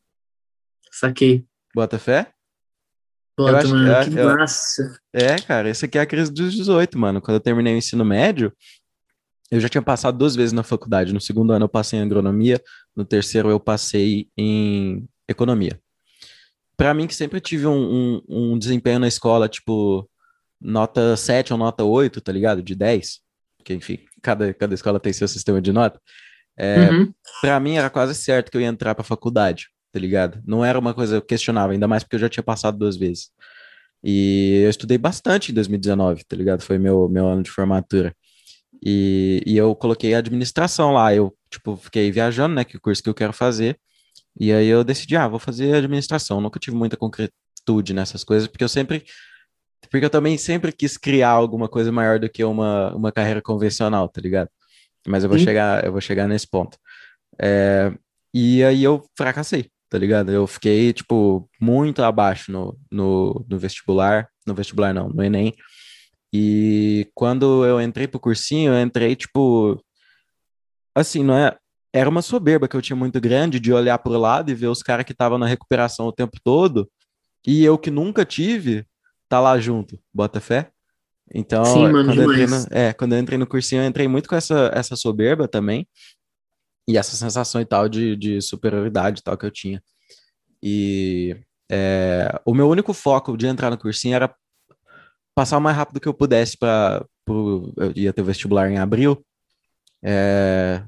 [SPEAKER 2] saquei.
[SPEAKER 1] Bota fé? Eu
[SPEAKER 2] Bota,
[SPEAKER 1] acho que
[SPEAKER 2] mano,
[SPEAKER 1] é,
[SPEAKER 2] que
[SPEAKER 1] é,
[SPEAKER 2] massa.
[SPEAKER 1] é, cara, isso aqui é a crise dos dezoito, mano. Quando eu terminei o ensino médio, eu já tinha passado duas vezes na faculdade. No segundo ano eu passei em agronomia, no terceiro eu passei em economia. Para mim, que sempre tive um, um, um desempenho na escola, tipo, nota sete ou nota oito, tá ligado? De dez, porque, enfim, cada, cada escola tem seu sistema de nota. É,
[SPEAKER 2] Uhum.
[SPEAKER 1] para mim era quase certo que eu ia entrar pra faculdade, tá ligado? Não era uma coisa questionável, ainda mais porque eu já tinha passado duas vezes. E eu estudei bastante em dois mil e dezenove, tá ligado? Foi meu, meu ano de formatura. E, e eu coloquei administração lá. Eu, tipo, fiquei viajando, né? Que o curso que eu quero fazer. E aí eu decidi, ah, vou fazer administração. Nunca tive muita concretude nessas coisas, porque eu sempre. Porque eu também sempre quis criar alguma coisa maior do que uma, uma carreira convencional, tá ligado? Mas eu vou
[SPEAKER 2] Sim.
[SPEAKER 1] chegar, eu vou chegar nesse ponto. É, e aí eu fracassei, tá ligado? Eu fiquei, tipo, muito abaixo no, no, no vestibular. No vestibular, não, no Enem. E quando eu entrei pro cursinho, eu entrei, tipo, assim, não é. Era uma soberba que eu tinha muito grande de olhar pro lado e ver os caras que estavam na recuperação o tempo todo, e eu que nunca tive, tá lá junto, bota fé? Então,
[SPEAKER 2] Sim, mano,
[SPEAKER 1] quando eu entrei no,
[SPEAKER 2] demais.
[SPEAKER 1] é, quando eu entrei no cursinho, eu entrei muito com essa, essa soberba também, e essa sensação e tal de, de superioridade e tal que eu tinha. E é, o meu único foco de entrar no cursinho era passar o mais rápido que eu pudesse para. Eu ia ter o vestibular em abril, é,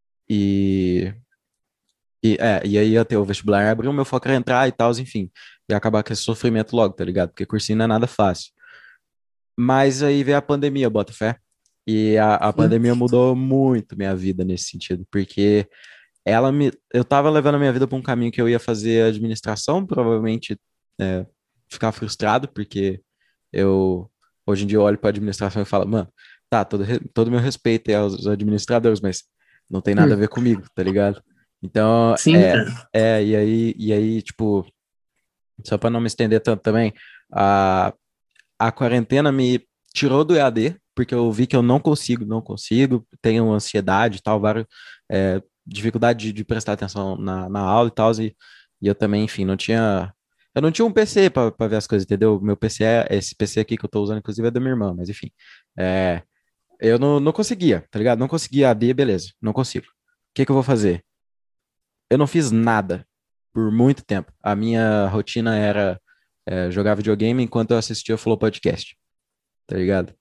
[SPEAKER 1] e E, é, e aí ia ter o vestibular, abriu, o meu foco era entrar e tal, enfim. E acabar com esse sofrimento logo, tá ligado? Porque cursinho não é nada fácil. Mas aí veio a pandemia, bota fé. E a, a
[SPEAKER 2] Sim.
[SPEAKER 1] pandemia mudou muito minha vida nesse sentido, porque ela me. Eu tava levando a minha vida para um caminho que eu ia fazer administração, provavelmente é, ficar frustrado, porque eu hoje em dia eu olho para a administração e falo, mano, tá, todo, re- todo meu respeito é aos administradores, mas não tem nada a
[SPEAKER 2] Hum,
[SPEAKER 1] ver comigo, tá ligado? Então,
[SPEAKER 2] sim,
[SPEAKER 1] é,
[SPEAKER 2] cara.
[SPEAKER 1] é, e aí, e aí, tipo, só para não me estender tanto também, a, a quarentena me tirou do E A D, porque eu vi que eu não consigo, não consigo, tenho ansiedade e tal, várias, é, dificuldade de, de prestar atenção na, na aula e tal, e, e eu também, enfim, não tinha. Eu não tinha um P C para ver as coisas, entendeu? Meu P C é esse P C aqui que eu tô usando, inclusive, é da minha irmã, mas enfim. É, eu não, não conseguia, tá ligado? Não conseguia A D, beleza, não consigo. O que que eu vou fazer? Eu não fiz nada por muito tempo. A minha rotina era é, jogar videogame enquanto eu assistia o Flow Podcast, tá ligado?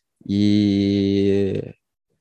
[SPEAKER 1] E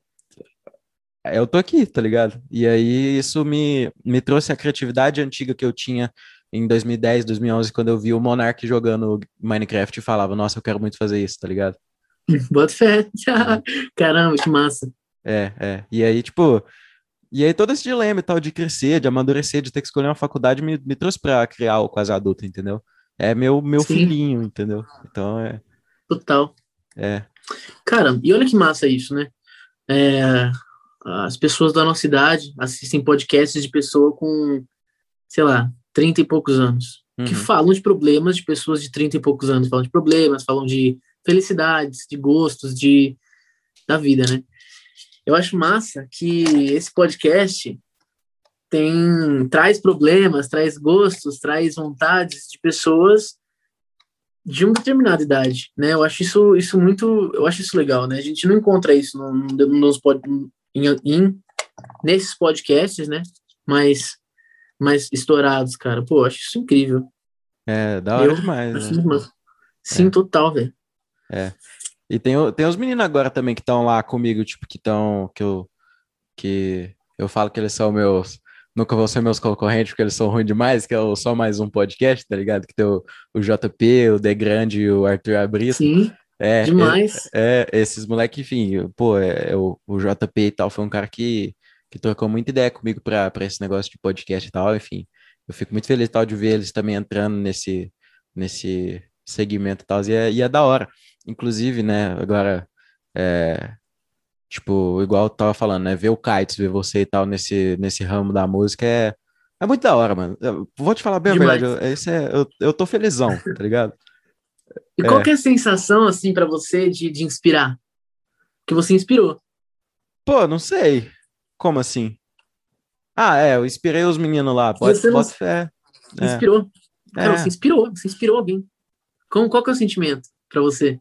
[SPEAKER 1] eu tô aqui, tá ligado? E aí isso me, me trouxe a criatividade antiga que eu tinha em dois mil e dez, dois mil e onze, quando eu vi o Monark jogando Minecraft e falava, nossa, eu quero muito fazer isso, tá ligado?
[SPEAKER 2] Bota fé.
[SPEAKER 1] É,
[SPEAKER 2] Caramba, que massa.
[SPEAKER 1] é. é. E aí, tipo, e aí todo esse dilema e tal de crescer, de amadurecer, de ter que escolher uma faculdade me, me trouxe pra criar o quase adulto, entendeu? É meu, meu
[SPEAKER 2] Sim,
[SPEAKER 1] filhinho, entendeu? Então é,
[SPEAKER 2] total.
[SPEAKER 1] é.
[SPEAKER 2] Cara, e olha que massa isso, né? É, as pessoas da nossa idade assistem podcasts de pessoa com, sei lá, trinta e poucos anos, que
[SPEAKER 1] Uhum.
[SPEAKER 2] falam de problemas de pessoas de trinta e poucos anos, falam de problemas, falam de felicidades, de gostos, de da vida, né? Eu acho massa que esse podcast tem traz problemas, traz gostos, traz vontades de pessoas de uma determinada idade, né? Eu acho isso, isso muito, eu acho isso legal, né? A gente não encontra isso no, no, nos pod, em, em, nesses podcasts, né? Mas, mais estourados, cara. Pô, eu acho isso incrível.
[SPEAKER 1] É da hora
[SPEAKER 2] Eu,
[SPEAKER 1] demais,
[SPEAKER 2] assim,
[SPEAKER 1] né?
[SPEAKER 2] mano, sim,
[SPEAKER 1] É,
[SPEAKER 2] total, velho.
[SPEAKER 1] é. E tem, o- tem os meninos agora também que estão lá comigo, tipo, que estão, que eu, que eu falo que eles são meus, nunca vão ser meus concorrentes, porque eles são ruins demais, que é o Só Mais Um Podcast, tá ligado? Que tem o, o J P, o The Grande e o Arthur Abrito.
[SPEAKER 2] Sim,
[SPEAKER 1] É,
[SPEAKER 2] demais.
[SPEAKER 1] é, é, esses moleques, enfim, pô, é, é o, o J P e tal, foi um cara que, que trocou muita ideia comigo pra, pra esse negócio de podcast e tal, enfim. Eu fico muito feliz tal de ver eles também entrando nesse, nesse segmento e tal, e é, e é da hora. Inclusive, né, agora, é, tipo, igual eu tava falando, né, ver o Kites, ver você e tal nesse, nesse ramo da música é, é muito da hora, mano. Eu vou te falar bem a verdade, eu,
[SPEAKER 2] Demais.
[SPEAKER 1] esse é, eu, eu tô felizão, tá ligado?
[SPEAKER 2] E qual que
[SPEAKER 1] É.
[SPEAKER 2] é a sensação, assim, para você de, de inspirar? Que você inspirou.
[SPEAKER 1] Pô, não sei. Como assim? Ah, é, eu inspirei os meninos lá,
[SPEAKER 2] Que
[SPEAKER 1] bota,
[SPEAKER 2] você não
[SPEAKER 1] bota fé. É,
[SPEAKER 2] inspirou. Cara, você
[SPEAKER 1] é.
[SPEAKER 2] inspirou, você inspirou alguém. Como, qual que é o sentimento para você?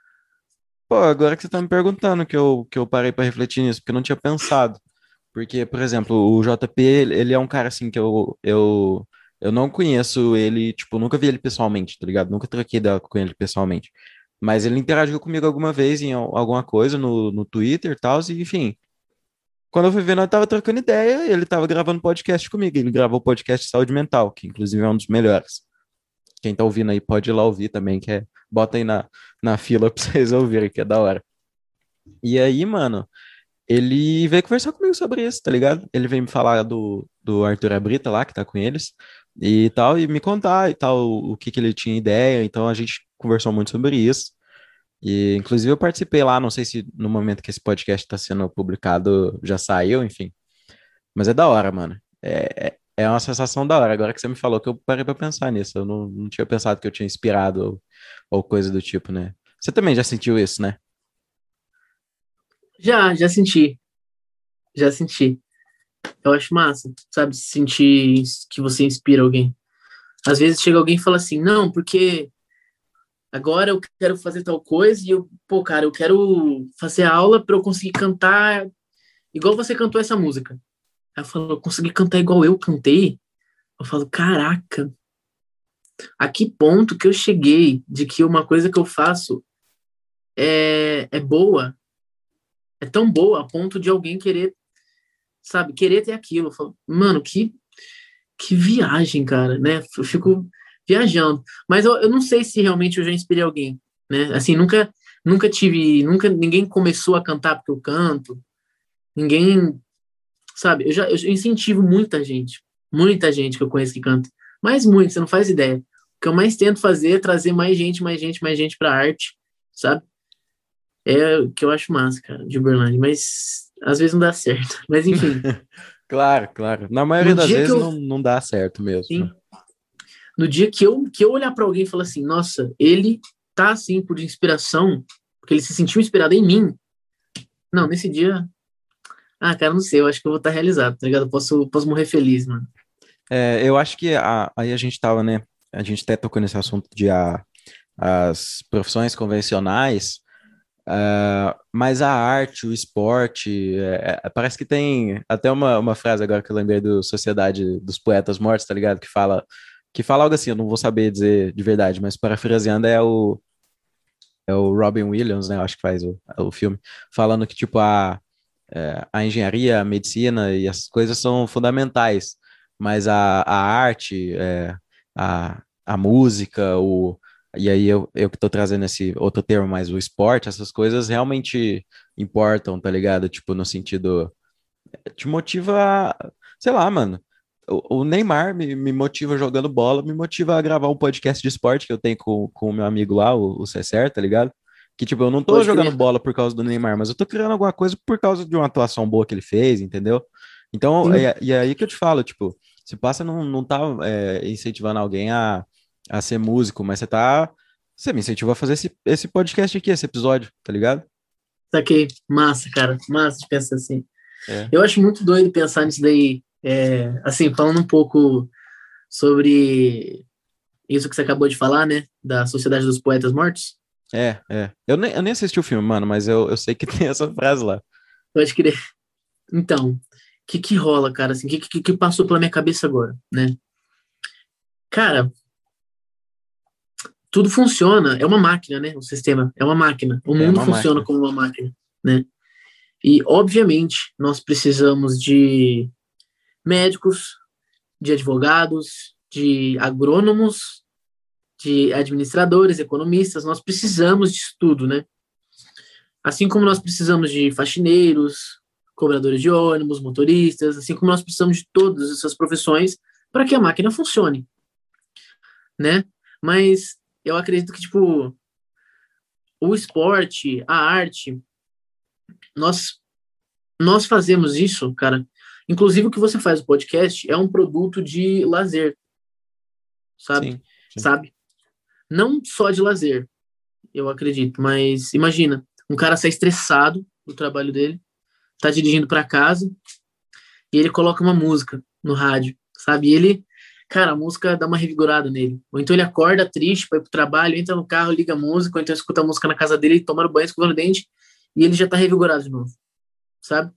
[SPEAKER 1] Pô, agora que você tá me perguntando que eu, que eu parei pra refletir nisso, porque eu não tinha pensado. Porque, por exemplo, o J P, ele ele é um cara assim que eu, eu, eu não conheço ele, tipo, nunca vi ele pessoalmente, tá ligado? Nunca troquei ideia com ele pessoalmente. Mas ele interagiu comigo alguma vez em al- alguma coisa no, no Twitter e tal, e enfim. Quando eu fui ver, nós tava trocando ideia, e ele tava gravando podcast comigo. Ele gravou o podcast Saúde Mental, que inclusive é um dos melhores. Quem tá ouvindo aí pode ir lá ouvir também, que é. Bota aí na, na fila pra vocês ouvirem, que é da hora. E aí, mano, ele veio conversar comigo sobre isso, tá ligado? Ele veio me falar do, do Arthur Abrita lá, que tá com eles, e tal, e me contar e tal, o, o que que ele tinha ideia. Então a gente conversou muito sobre isso. E inclusive eu participei lá, não sei se no momento que esse podcast tá sendo publicado já saiu, enfim. Mas é da hora, mano. É, é é uma sensação da hora. Agora que você me falou que eu parei pra pensar nisso. Eu não, não tinha pensado que eu tinha inspirado ou, ou coisa do tipo, né? Você também já sentiu isso, né?
[SPEAKER 2] Já, já senti, já senti. Eu acho massa, sabe? Sentir que você inspira alguém. Às vezes chega alguém e fala assim, não, porque agora eu quero fazer tal coisa e eu, pô, cara, eu quero fazer aula para eu conseguir cantar igual você cantou essa música. Aí eu falo, eu consegui cantar igual eu cantei? Eu falo, caraca, a que ponto que eu cheguei de que uma coisa que eu faço é, é boa, é tão boa a ponto de alguém querer, sabe, querer ter aquilo. Eu falo, mano, que, que viagem, cara, né? Eu fico viajando. Mas eu, eu não sei se realmente eu já inspirei alguém, né? Assim, nunca, nunca tive, nunca ninguém começou a cantar porque eu canto, ninguém, sabe? Eu já eu incentivo muita gente, muita gente que eu conheço que canta, mas muito, você não faz ideia. O que eu mais tento fazer é trazer mais gente, mais gente, mais gente pra arte, sabe? É o que eu acho massa, cara, de Uberlândia, mas às vezes não dá certo. Mas enfim,
[SPEAKER 1] Claro, claro. Na
[SPEAKER 2] no
[SPEAKER 1] maioria das
[SPEAKER 2] dia que
[SPEAKER 1] vezes
[SPEAKER 2] eu,
[SPEAKER 1] não, não dá certo mesmo, né?
[SPEAKER 2] sim, no dia que eu, que eu olhar pra alguém e falar assim, nossa, ele tá assim por inspiração, porque ele se sentiu inspirado em mim. Não, nesse dia, ah, cara, não sei, eu acho que eu vou estar realizado, tá ligado? Eu posso, posso morrer feliz, mano.
[SPEAKER 1] É, eu acho que a- aí a gente tava, né? A gente até tocou nesse assunto de a, as profissões convencionais, ah, mas a arte, o esporte, é, é, parece que tem até uma, uma frase agora que eu lembrei do Sociedade dos Poetas Mortos, tá ligado? Que fala, que fala algo assim, eu não vou saber dizer de verdade, mas parafraseando é o, é o Robin Williams, né? Eu acho que faz o, o filme, falando que, tipo, a, é, a engenharia, a medicina e essas coisas são fundamentais, mas a, a arte, é, a, a música, o, e aí eu, eu que tô trazendo esse outro termo, mas o esporte, essas coisas realmente importam, tá ligado? Tipo, no sentido, te motiva, a- sei lá, mano. O, o Neymar me, me motiva jogando bola, me motiva a gravar um podcast de esporte que eu tenho com, com o meu amigo lá, o, o Cesar, tá ligado? Que, tipo, eu não tô
[SPEAKER 2] Pode
[SPEAKER 1] jogando
[SPEAKER 2] crer,
[SPEAKER 1] bola por causa do Neymar, mas eu tô criando alguma coisa por causa de uma atuação boa que ele fez, entendeu? Então,
[SPEAKER 2] sim.
[SPEAKER 1] é, e é aí que eu te falo, tipo, se passa não, não tá é, incentivando alguém a, a ser músico, mas você tá. Você me incentivou a fazer esse, esse podcast aqui, esse episódio, tá ligado?
[SPEAKER 2] Saquei, massa, cara, massa de pensar assim.
[SPEAKER 1] É.
[SPEAKER 2] Eu acho muito doido pensar nisso daí, é, assim, falando um pouco sobre isso que você acabou de falar, né, da Sociedade dos Poetas Mortos.
[SPEAKER 1] É, é. Eu nem, eu nem assisti o filme, mano, mas eu, eu sei que tem essa frase lá.
[SPEAKER 2] Pode crer. Então, o que que rola, cara, assim, o que, que que passou pela minha cabeça agora, né? Cara, tudo funciona, é uma máquina, né? O sistema é uma máquina. O
[SPEAKER 1] É
[SPEAKER 2] mundo
[SPEAKER 1] uma
[SPEAKER 2] funciona
[SPEAKER 1] máquina.
[SPEAKER 2] como uma máquina, né? E, obviamente, nós precisamos de médicos, de advogados, de agrônomos, de administradores, economistas. Nós precisamos disso tudo, né? Assim como nós precisamos de faxineiros, cobradores de ônibus, motoristas, assim como nós precisamos de todas essas profissões para que a máquina funcione, né? Mas eu acredito que, tipo, o esporte, a arte, nós, nós fazemos isso, cara. Inclusive, o que você faz no podcast é um produto de lazer, sabe?
[SPEAKER 1] Sim, sim.
[SPEAKER 2] Sabe? Não só de lazer, eu acredito, mas imagina, um cara sai estressado do trabalho dele, tá dirigindo para casa e ele coloca uma música no rádio, sabe? E ele, cara, a música dá uma revigorada nele. Ou então ele acorda triste para ir pro trabalho, entra no carro, liga a música, ou então escuta a música na casa dele, toma banho, escova o dente e ele já tá revigorado de novo, sabe?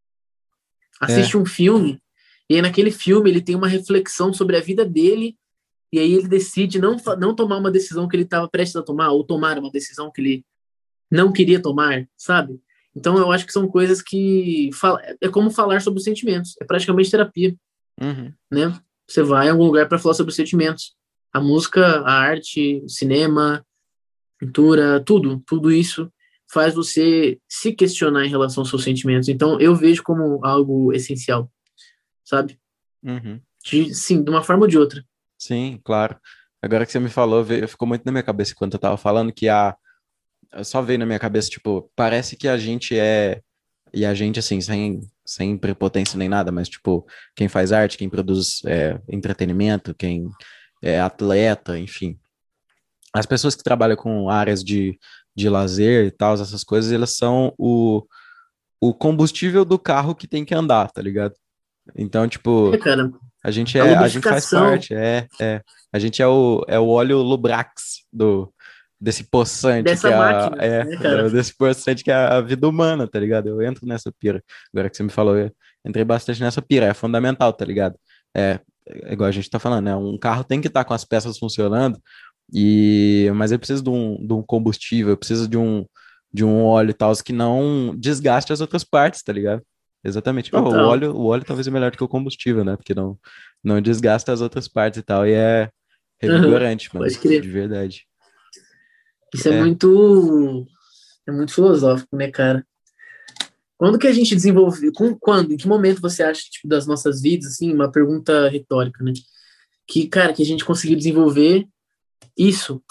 [SPEAKER 1] É,
[SPEAKER 2] Assiste um filme e aí naquele filme ele tem uma reflexão sobre a vida dele e aí ele decide não, não tomar uma decisão que ele estava prestes a tomar ou tomar uma decisão que ele não queria tomar, sabe? Então eu acho que são coisas que fala, é como falar sobre os sentimentos, é praticamente terapia,
[SPEAKER 1] uhum,
[SPEAKER 2] né? Você vai a algum lugar para falar sobre os sentimentos. A música, a arte, o cinema, pintura, tudo, tudo isso faz você se questionar em relação aos seus sentimentos. Então eu vejo como algo essencial, sabe?
[SPEAKER 1] uhum.
[SPEAKER 2] De, sim, de uma forma ou de outra.
[SPEAKER 1] Sim, claro. Agora que você me falou, veio- ficou muito na minha cabeça quando eu tava falando que a. Só veio na minha cabeça, tipo, parece que a gente é. E a gente, assim, sem, sem prepotência nem nada, mas, tipo, quem faz arte, quem produz é, entretenimento, quem é atleta, enfim. As pessoas que trabalham com áreas de, de lazer e tal, essas coisas, elas são o, o combustível do carro que tem que andar, tá ligado? Então,
[SPEAKER 2] É,
[SPEAKER 1] tipo,
[SPEAKER 2] cara,
[SPEAKER 1] a gente
[SPEAKER 2] a
[SPEAKER 1] é, a gente faz
[SPEAKER 2] lubrificação
[SPEAKER 1] parte, é, é. A gente é o, é o óleo Lubrax do, desse poçante que
[SPEAKER 2] dessa
[SPEAKER 1] é, a,
[SPEAKER 2] máquina,
[SPEAKER 1] é,
[SPEAKER 2] né, cara?
[SPEAKER 1] do- desse poçante que é a vida humana, tá ligado? Eu entro nessa pira. Agora que você me falou, eu entrei bastante nessa pira, é fundamental, tá ligado? É, é igual a gente tá falando, né? Um carro tem que estar com as peças funcionando, e, mas ele precisa de um, de um combustível, precisa de um, de um óleo e tal, que não desgaste as outras partes, tá ligado? Exatamente. Oh, o
[SPEAKER 2] Total.
[SPEAKER 1] óleo, o óleo talvez é melhor do que o combustível, né? Porque não, não desgasta as outras partes e tal. E é
[SPEAKER 2] Uhum.
[SPEAKER 1] revigorante, mano.
[SPEAKER 2] Pode crer.
[SPEAKER 1] De verdade.
[SPEAKER 2] Isso é
[SPEAKER 1] É.
[SPEAKER 2] muito, é muito filosófico, né, cara? Quando que a gente desenvolve, com, quando, em que momento você acha, tipo, das nossas vidas, assim, uma pergunta retórica, né? Que, cara, que a gente conseguiu desenvolver isso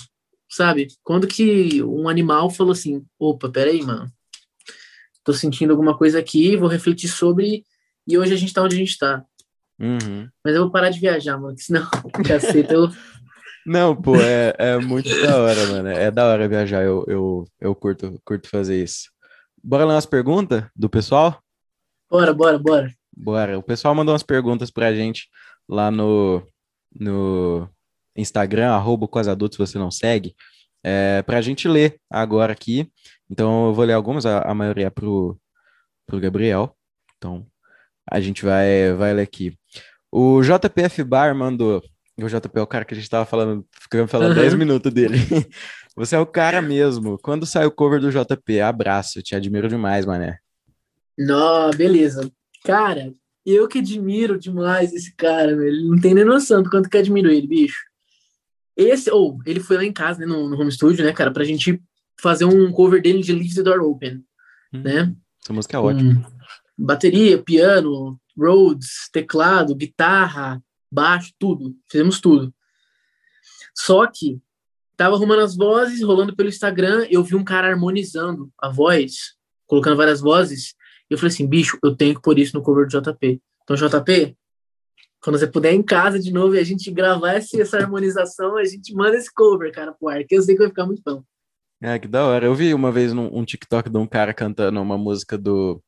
[SPEAKER 2] sabe? Quando que um animal falou assim, opa, peraí, mano, tô sentindo alguma coisa aqui, vou refletir sobre, e hoje a gente tá onde a gente tá.
[SPEAKER 1] Uhum.
[SPEAKER 2] Mas eu vou parar de viajar, mano, que senão, caceta, eu...
[SPEAKER 1] Não, pô, é, é muito da hora, mano. É da hora viajar, eu, eu, eu curto, curto fazer isso. Bora lá umas perguntas do pessoal?
[SPEAKER 2] Bora, bora, bora.
[SPEAKER 1] Bora. O pessoal mandou umas perguntas pra gente lá no, no Instagram, arroba Quase Adultos, se você não segue, é, pra gente ler agora aqui. Então eu vou ler algumas, a, a maioria é pro, pro Gabriel. Então a gente vai, vai ler aqui. O J P F Bar mandou. O J P é o cara que a gente tava falando, ficamos falando dez
[SPEAKER 2] Aham.
[SPEAKER 1] minutos dele. Você é o cara mesmo. Quando sai o cover do J P, abraço, eu te admiro demais, mané.
[SPEAKER 2] Não, beleza. Cara, eu que admiro demais esse cara, velho. Ele não tem nem noção do quanto que eu admiro ele, bicho. Esse, ou, ele foi lá em casa, né, no, no home studio, né, cara, pra gente fazer um cover dele de Leave the Door Open,
[SPEAKER 1] Hum,
[SPEAKER 2] né?
[SPEAKER 1] essa música é
[SPEAKER 2] Com
[SPEAKER 1] ótima.
[SPEAKER 2] bateria, piano, Rhodes, teclado, guitarra, baixo, tudo. Fizemos tudo. Só que tava arrumando as vozes, rolando pelo Instagram, eu vi um cara harmonizando a voz, colocando várias vozes, e eu falei assim, bicho, eu tenho que pôr isso no cover do J P. Então, J P, quando você puder ir em casa de novo e a gente gravar essa, essa harmonização, a gente manda esse cover, cara, pro ar, que eu sei que vai ficar muito bom.
[SPEAKER 1] É, que da hora. Eu vi uma vez num, um TikTok de um cara cantando uma música do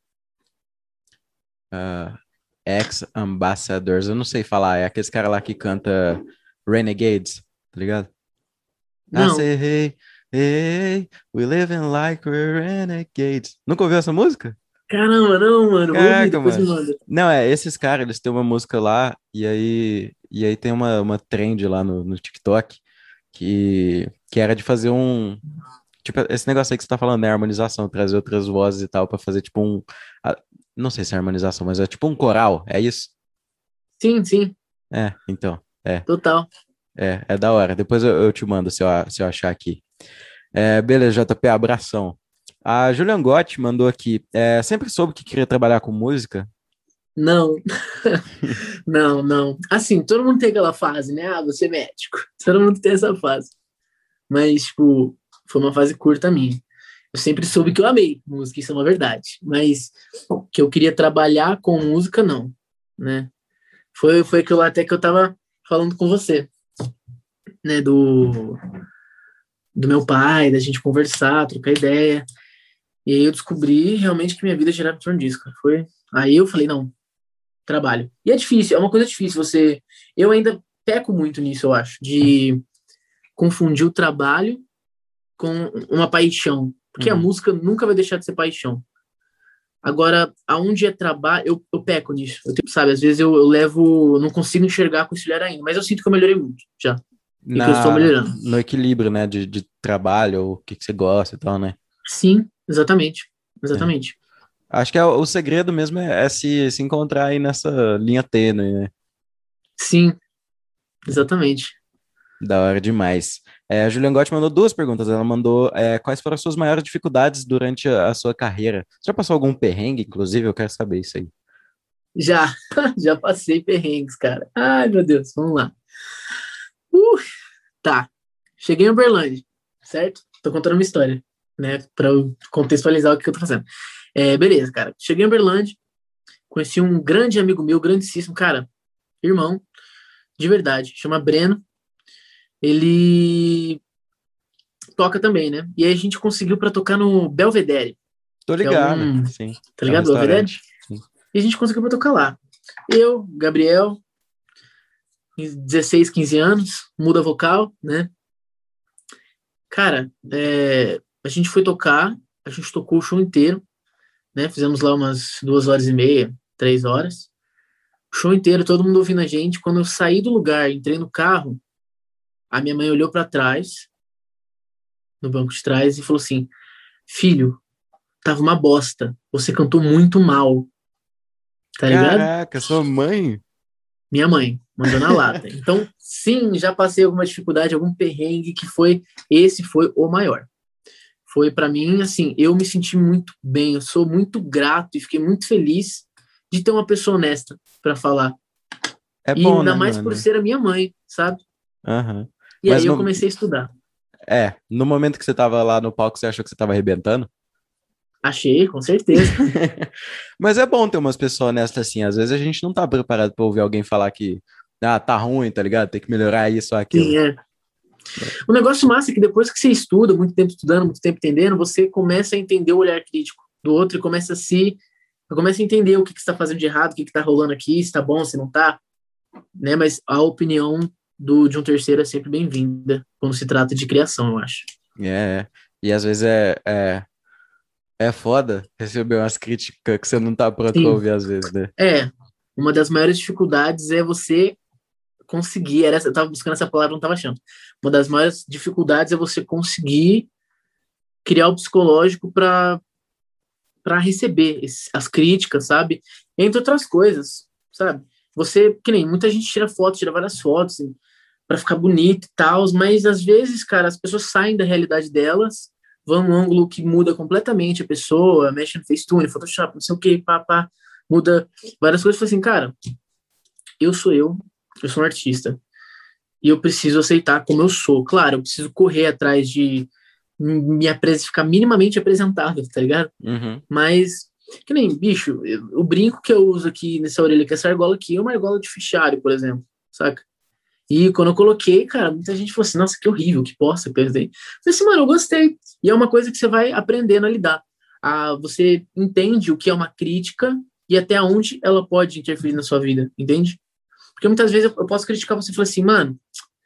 [SPEAKER 1] ah, Ex-Ambassadors. Eu não sei falar, é aquele cara lá que canta Renegades, tá ligado? I
[SPEAKER 2] Não,
[SPEAKER 1] say, hey, hey, we living like we're renegades. Nunca ouviu essa música?
[SPEAKER 2] caramba, não, mano, vou ouvir,
[SPEAKER 1] Caraca,
[SPEAKER 2] depois me
[SPEAKER 1] mano.
[SPEAKER 2] manda.
[SPEAKER 1] Não, é, esses caras, eles têm uma música lá, e aí, e aí tem uma, uma trend lá no, no TikTok que, que era de fazer um. Tipo, esse negócio aí que você tá falando, né? Harmonização, trazer outras vozes e tal, pra fazer tipo um. ah, Não sei se é harmonização, mas é tipo um coral, é isso?
[SPEAKER 2] Sim, sim,
[SPEAKER 1] É, então. É,
[SPEAKER 2] total.
[SPEAKER 1] é, é da hora. Depois eu, eu te mando se eu, a- se eu achar aqui. É, beleza, J P, abração. A Julian Gott mandou aqui. É, sempre soube que queria trabalhar com música.
[SPEAKER 2] Não, não, não. Assim, todo mundo tem aquela fase, né? Ah, você é médico. Todo mundo tem essa fase. Mas, tipo, foi uma fase curta minha. Eu sempre soube que eu amei música, isso é uma verdade. Mas que eu queria trabalhar com música, não, né? Foi, foi aquilo até que eu tava falando com você, né? Do, do meu pai, da gente conversar, trocar ideia. E aí eu descobri realmente que minha vida girava em torno disso, cara. Foi... Aí eu falei, não, trabalho. E é difícil, é uma coisa difícil você... Eu ainda peco muito nisso, eu acho, de confundir o trabalho com uma paixão. Porque a
[SPEAKER 1] Uhum.
[SPEAKER 2] música nunca vai deixar de ser paixão. Agora, aonde é trabalho, eu, eu peco nisso. Eu, tenho- sabe, às vezes eu, eu levo, eu não consigo enxergar com esse olhar ainda, mas eu sinto que eu melhorei muito já. E que eu estou
[SPEAKER 1] Na,
[SPEAKER 2] melhorando.
[SPEAKER 1] no equilíbrio, né? De, de trabalho, o que, que você gosta e tal, né?
[SPEAKER 2] Sim, exatamente.
[SPEAKER 1] É.
[SPEAKER 2] Exatamente.
[SPEAKER 1] Acho que é, o o segredo mesmo é, é se, se encontrar aí nessa linha tênue, né?
[SPEAKER 2] Sim, exatamente.
[SPEAKER 1] Da hora demais. É, a Julian Gott mandou duas perguntas. Ela mandou é, quais foram as suas maiores dificuldades durante a, a sua carreira? Você já passou algum perrengue, inclusive? Eu quero saber isso aí.
[SPEAKER 2] Já, já passei perrengues, cara. Ai, meu Deus, vamos lá. Uh, tá. Cheguei em Uberlândia, certo? Tô contando uma história, né? Pra eu contextualizar o que eu tô fazendo. É, beleza, cara. Cheguei em Uberlândia, conheci um grande amigo meu, grandíssimo, cara, irmão, de verdade, chama Breno. Ele toca também, né? E aí a gente conseguiu pra tocar no Belvedere,
[SPEAKER 1] Tô
[SPEAKER 2] que é
[SPEAKER 1] ligado,
[SPEAKER 2] um,
[SPEAKER 1] sim.
[SPEAKER 2] tá
[SPEAKER 1] É um
[SPEAKER 2] ligado, Belvedere?
[SPEAKER 1] restaurante. Sim.
[SPEAKER 2] E a gente conseguiu pra tocar lá. Eu, Gabriel, dezesseis, quinze anos, muda vocal, né? Cara, é, a gente foi tocar, a gente tocou o show inteiro, né? Fizemos lá umas duas horas e meia, três horas. O show inteiro, todo mundo ouvindo a gente. Quando eu saí do lugar, entrei no carro, a minha mãe olhou pra trás, no banco de trás, e falou assim: Filho, tava uma bosta. Você cantou muito mal, tá ligado?
[SPEAKER 1] Caraca, sua mãe?
[SPEAKER 2] Minha mãe mandou na lata. Então, sim, já passei alguma dificuldade, algum perrengue que foi, esse foi o maior. Foi para mim, assim, eu me senti muito bem, eu sou muito grato e fiquei muito feliz de ter uma pessoa honesta para falar.
[SPEAKER 1] É
[SPEAKER 2] E
[SPEAKER 1] bom,
[SPEAKER 2] ainda
[SPEAKER 1] né,
[SPEAKER 2] mais por
[SPEAKER 1] mano?
[SPEAKER 2] ser a minha mãe, sabe?
[SPEAKER 1] Aham.
[SPEAKER 2] E
[SPEAKER 1] Mas
[SPEAKER 2] aí eu
[SPEAKER 1] não,
[SPEAKER 2] comecei a estudar.
[SPEAKER 1] É, no momento que você tava lá no palco, você achou que você tava arrebentando?
[SPEAKER 2] Achei, com certeza.
[SPEAKER 1] Mas é bom ter umas pessoas honestas assim. Às vezes a gente não tá preparado pra ouvir alguém falar que ah, tá ruim, tá ligado? Tem que melhorar isso ou aquilo.
[SPEAKER 2] Sim, é. O negócio massa é que depois que você estuda, muito tempo estudando, muito tempo entendendo, você começa a entender o olhar crítico do outro e começa a se começa a entender o que, que você está fazendo de errado, o que está rolando aqui, se está bom, se não está, né? Mas a opinião do, de um terceiro é sempre bem-vinda quando se trata de criação, eu acho.
[SPEAKER 1] É, é. E às vezes é, é, é foda receber umas críticas que você não tá pronto pra
[SPEAKER 2] Sim,
[SPEAKER 1] ouvir às vezes, né?
[SPEAKER 2] é. Uma das maiores dificuldades é você conseguir, era, eu estava buscando essa palavra, não estava achando. Uma das maiores dificuldades é você conseguir criar o psicológico para para receber esse, as críticas, sabe? Entre outras coisas, sabe? Você, que nem muita gente tira fotos, tira várias fotos assim, para ficar bonito e tal, mas às vezes, cara, as pessoas saem da realidade delas, vão num ângulo que muda completamente a pessoa, mexe no Facetune, Photoshop, não sei o que, pá, pá, muda várias coisas. Fala assim, cara, eu sou eu, eu sou um artista, e eu preciso aceitar como eu sou. Claro, eu preciso correr atrás de me apres ficar minimamente apresentável, tá ligado?
[SPEAKER 1] Uhum.
[SPEAKER 2] Mas, que nem, bicho, eu- o brinco que eu uso aqui nessa orelha, que essa argola aqui, é uma argola de fichário, por exemplo, saca? E quando eu coloquei, cara, muita gente falou assim, nossa, que horrível, que bosta, eu pensei. Eu falei assim, mano, eu gostei. E é uma coisa que você vai aprendendo a lidar. Ah, você entende o que é uma crítica e até onde ela pode interferir na sua vida, entende? Porque muitas vezes eu eu posso criticar você e falar assim, mano,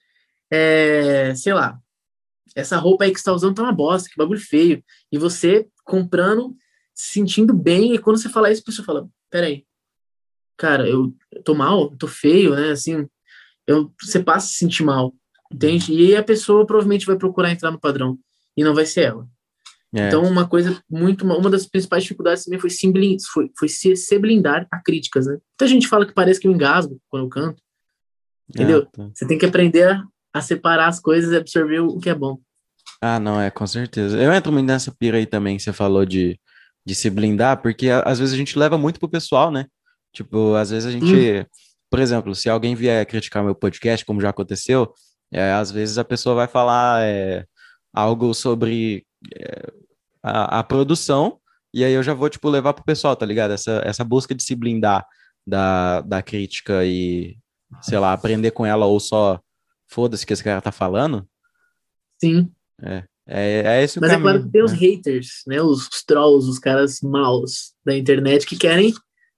[SPEAKER 2] é, sei lá, essa roupa aí que você tá usando tá uma bosta, que bagulho feio. E você comprando, se sentindo bem, e quando você fala isso, a pessoa fala, peraí, cara, eu, eu tô mal, eu tô feio, né? Assim, eu, você passa a se sentir mal, entende? E aí a pessoa provavelmente vai procurar entrar no padrão, e não vai ser ela.
[SPEAKER 1] É,
[SPEAKER 2] Então, uma coisa muito, uma das principais dificuldades também foi, se, blin- foi, foi se, se blindar a críticas, né? Muita gente fala que parece que eu engasgo quando eu canto,
[SPEAKER 1] ah,
[SPEAKER 2] entendeu?
[SPEAKER 1] tá.
[SPEAKER 2] Você tem que aprender a, a separar as coisas e absorver o, o que é bom.
[SPEAKER 1] Ah, não, é, com certeza. Eu entro muito nessa pira aí também, que você falou de, de se blindar, porque a- às vezes a gente leva muito pro pessoal, né? Tipo, às vezes a
[SPEAKER 2] Sim,
[SPEAKER 1] gente, por exemplo, se alguém vier criticar meu podcast, como já aconteceu, é, às vezes a pessoa vai falar é, algo sobre a, a produção, e aí eu já vou, tipo, levar pro pessoal, tá ligado? Essa, essa busca de se blindar da, da crítica e, sei lá, aprender com ela ou só foda-se que esse cara tá falando,
[SPEAKER 2] sim.
[SPEAKER 1] é, é, é esse o
[SPEAKER 2] Mas é claro que
[SPEAKER 1] caminho,
[SPEAKER 2] tem os
[SPEAKER 1] né?
[SPEAKER 2] haters, né? Os, os trolls, os caras maus da internet que querem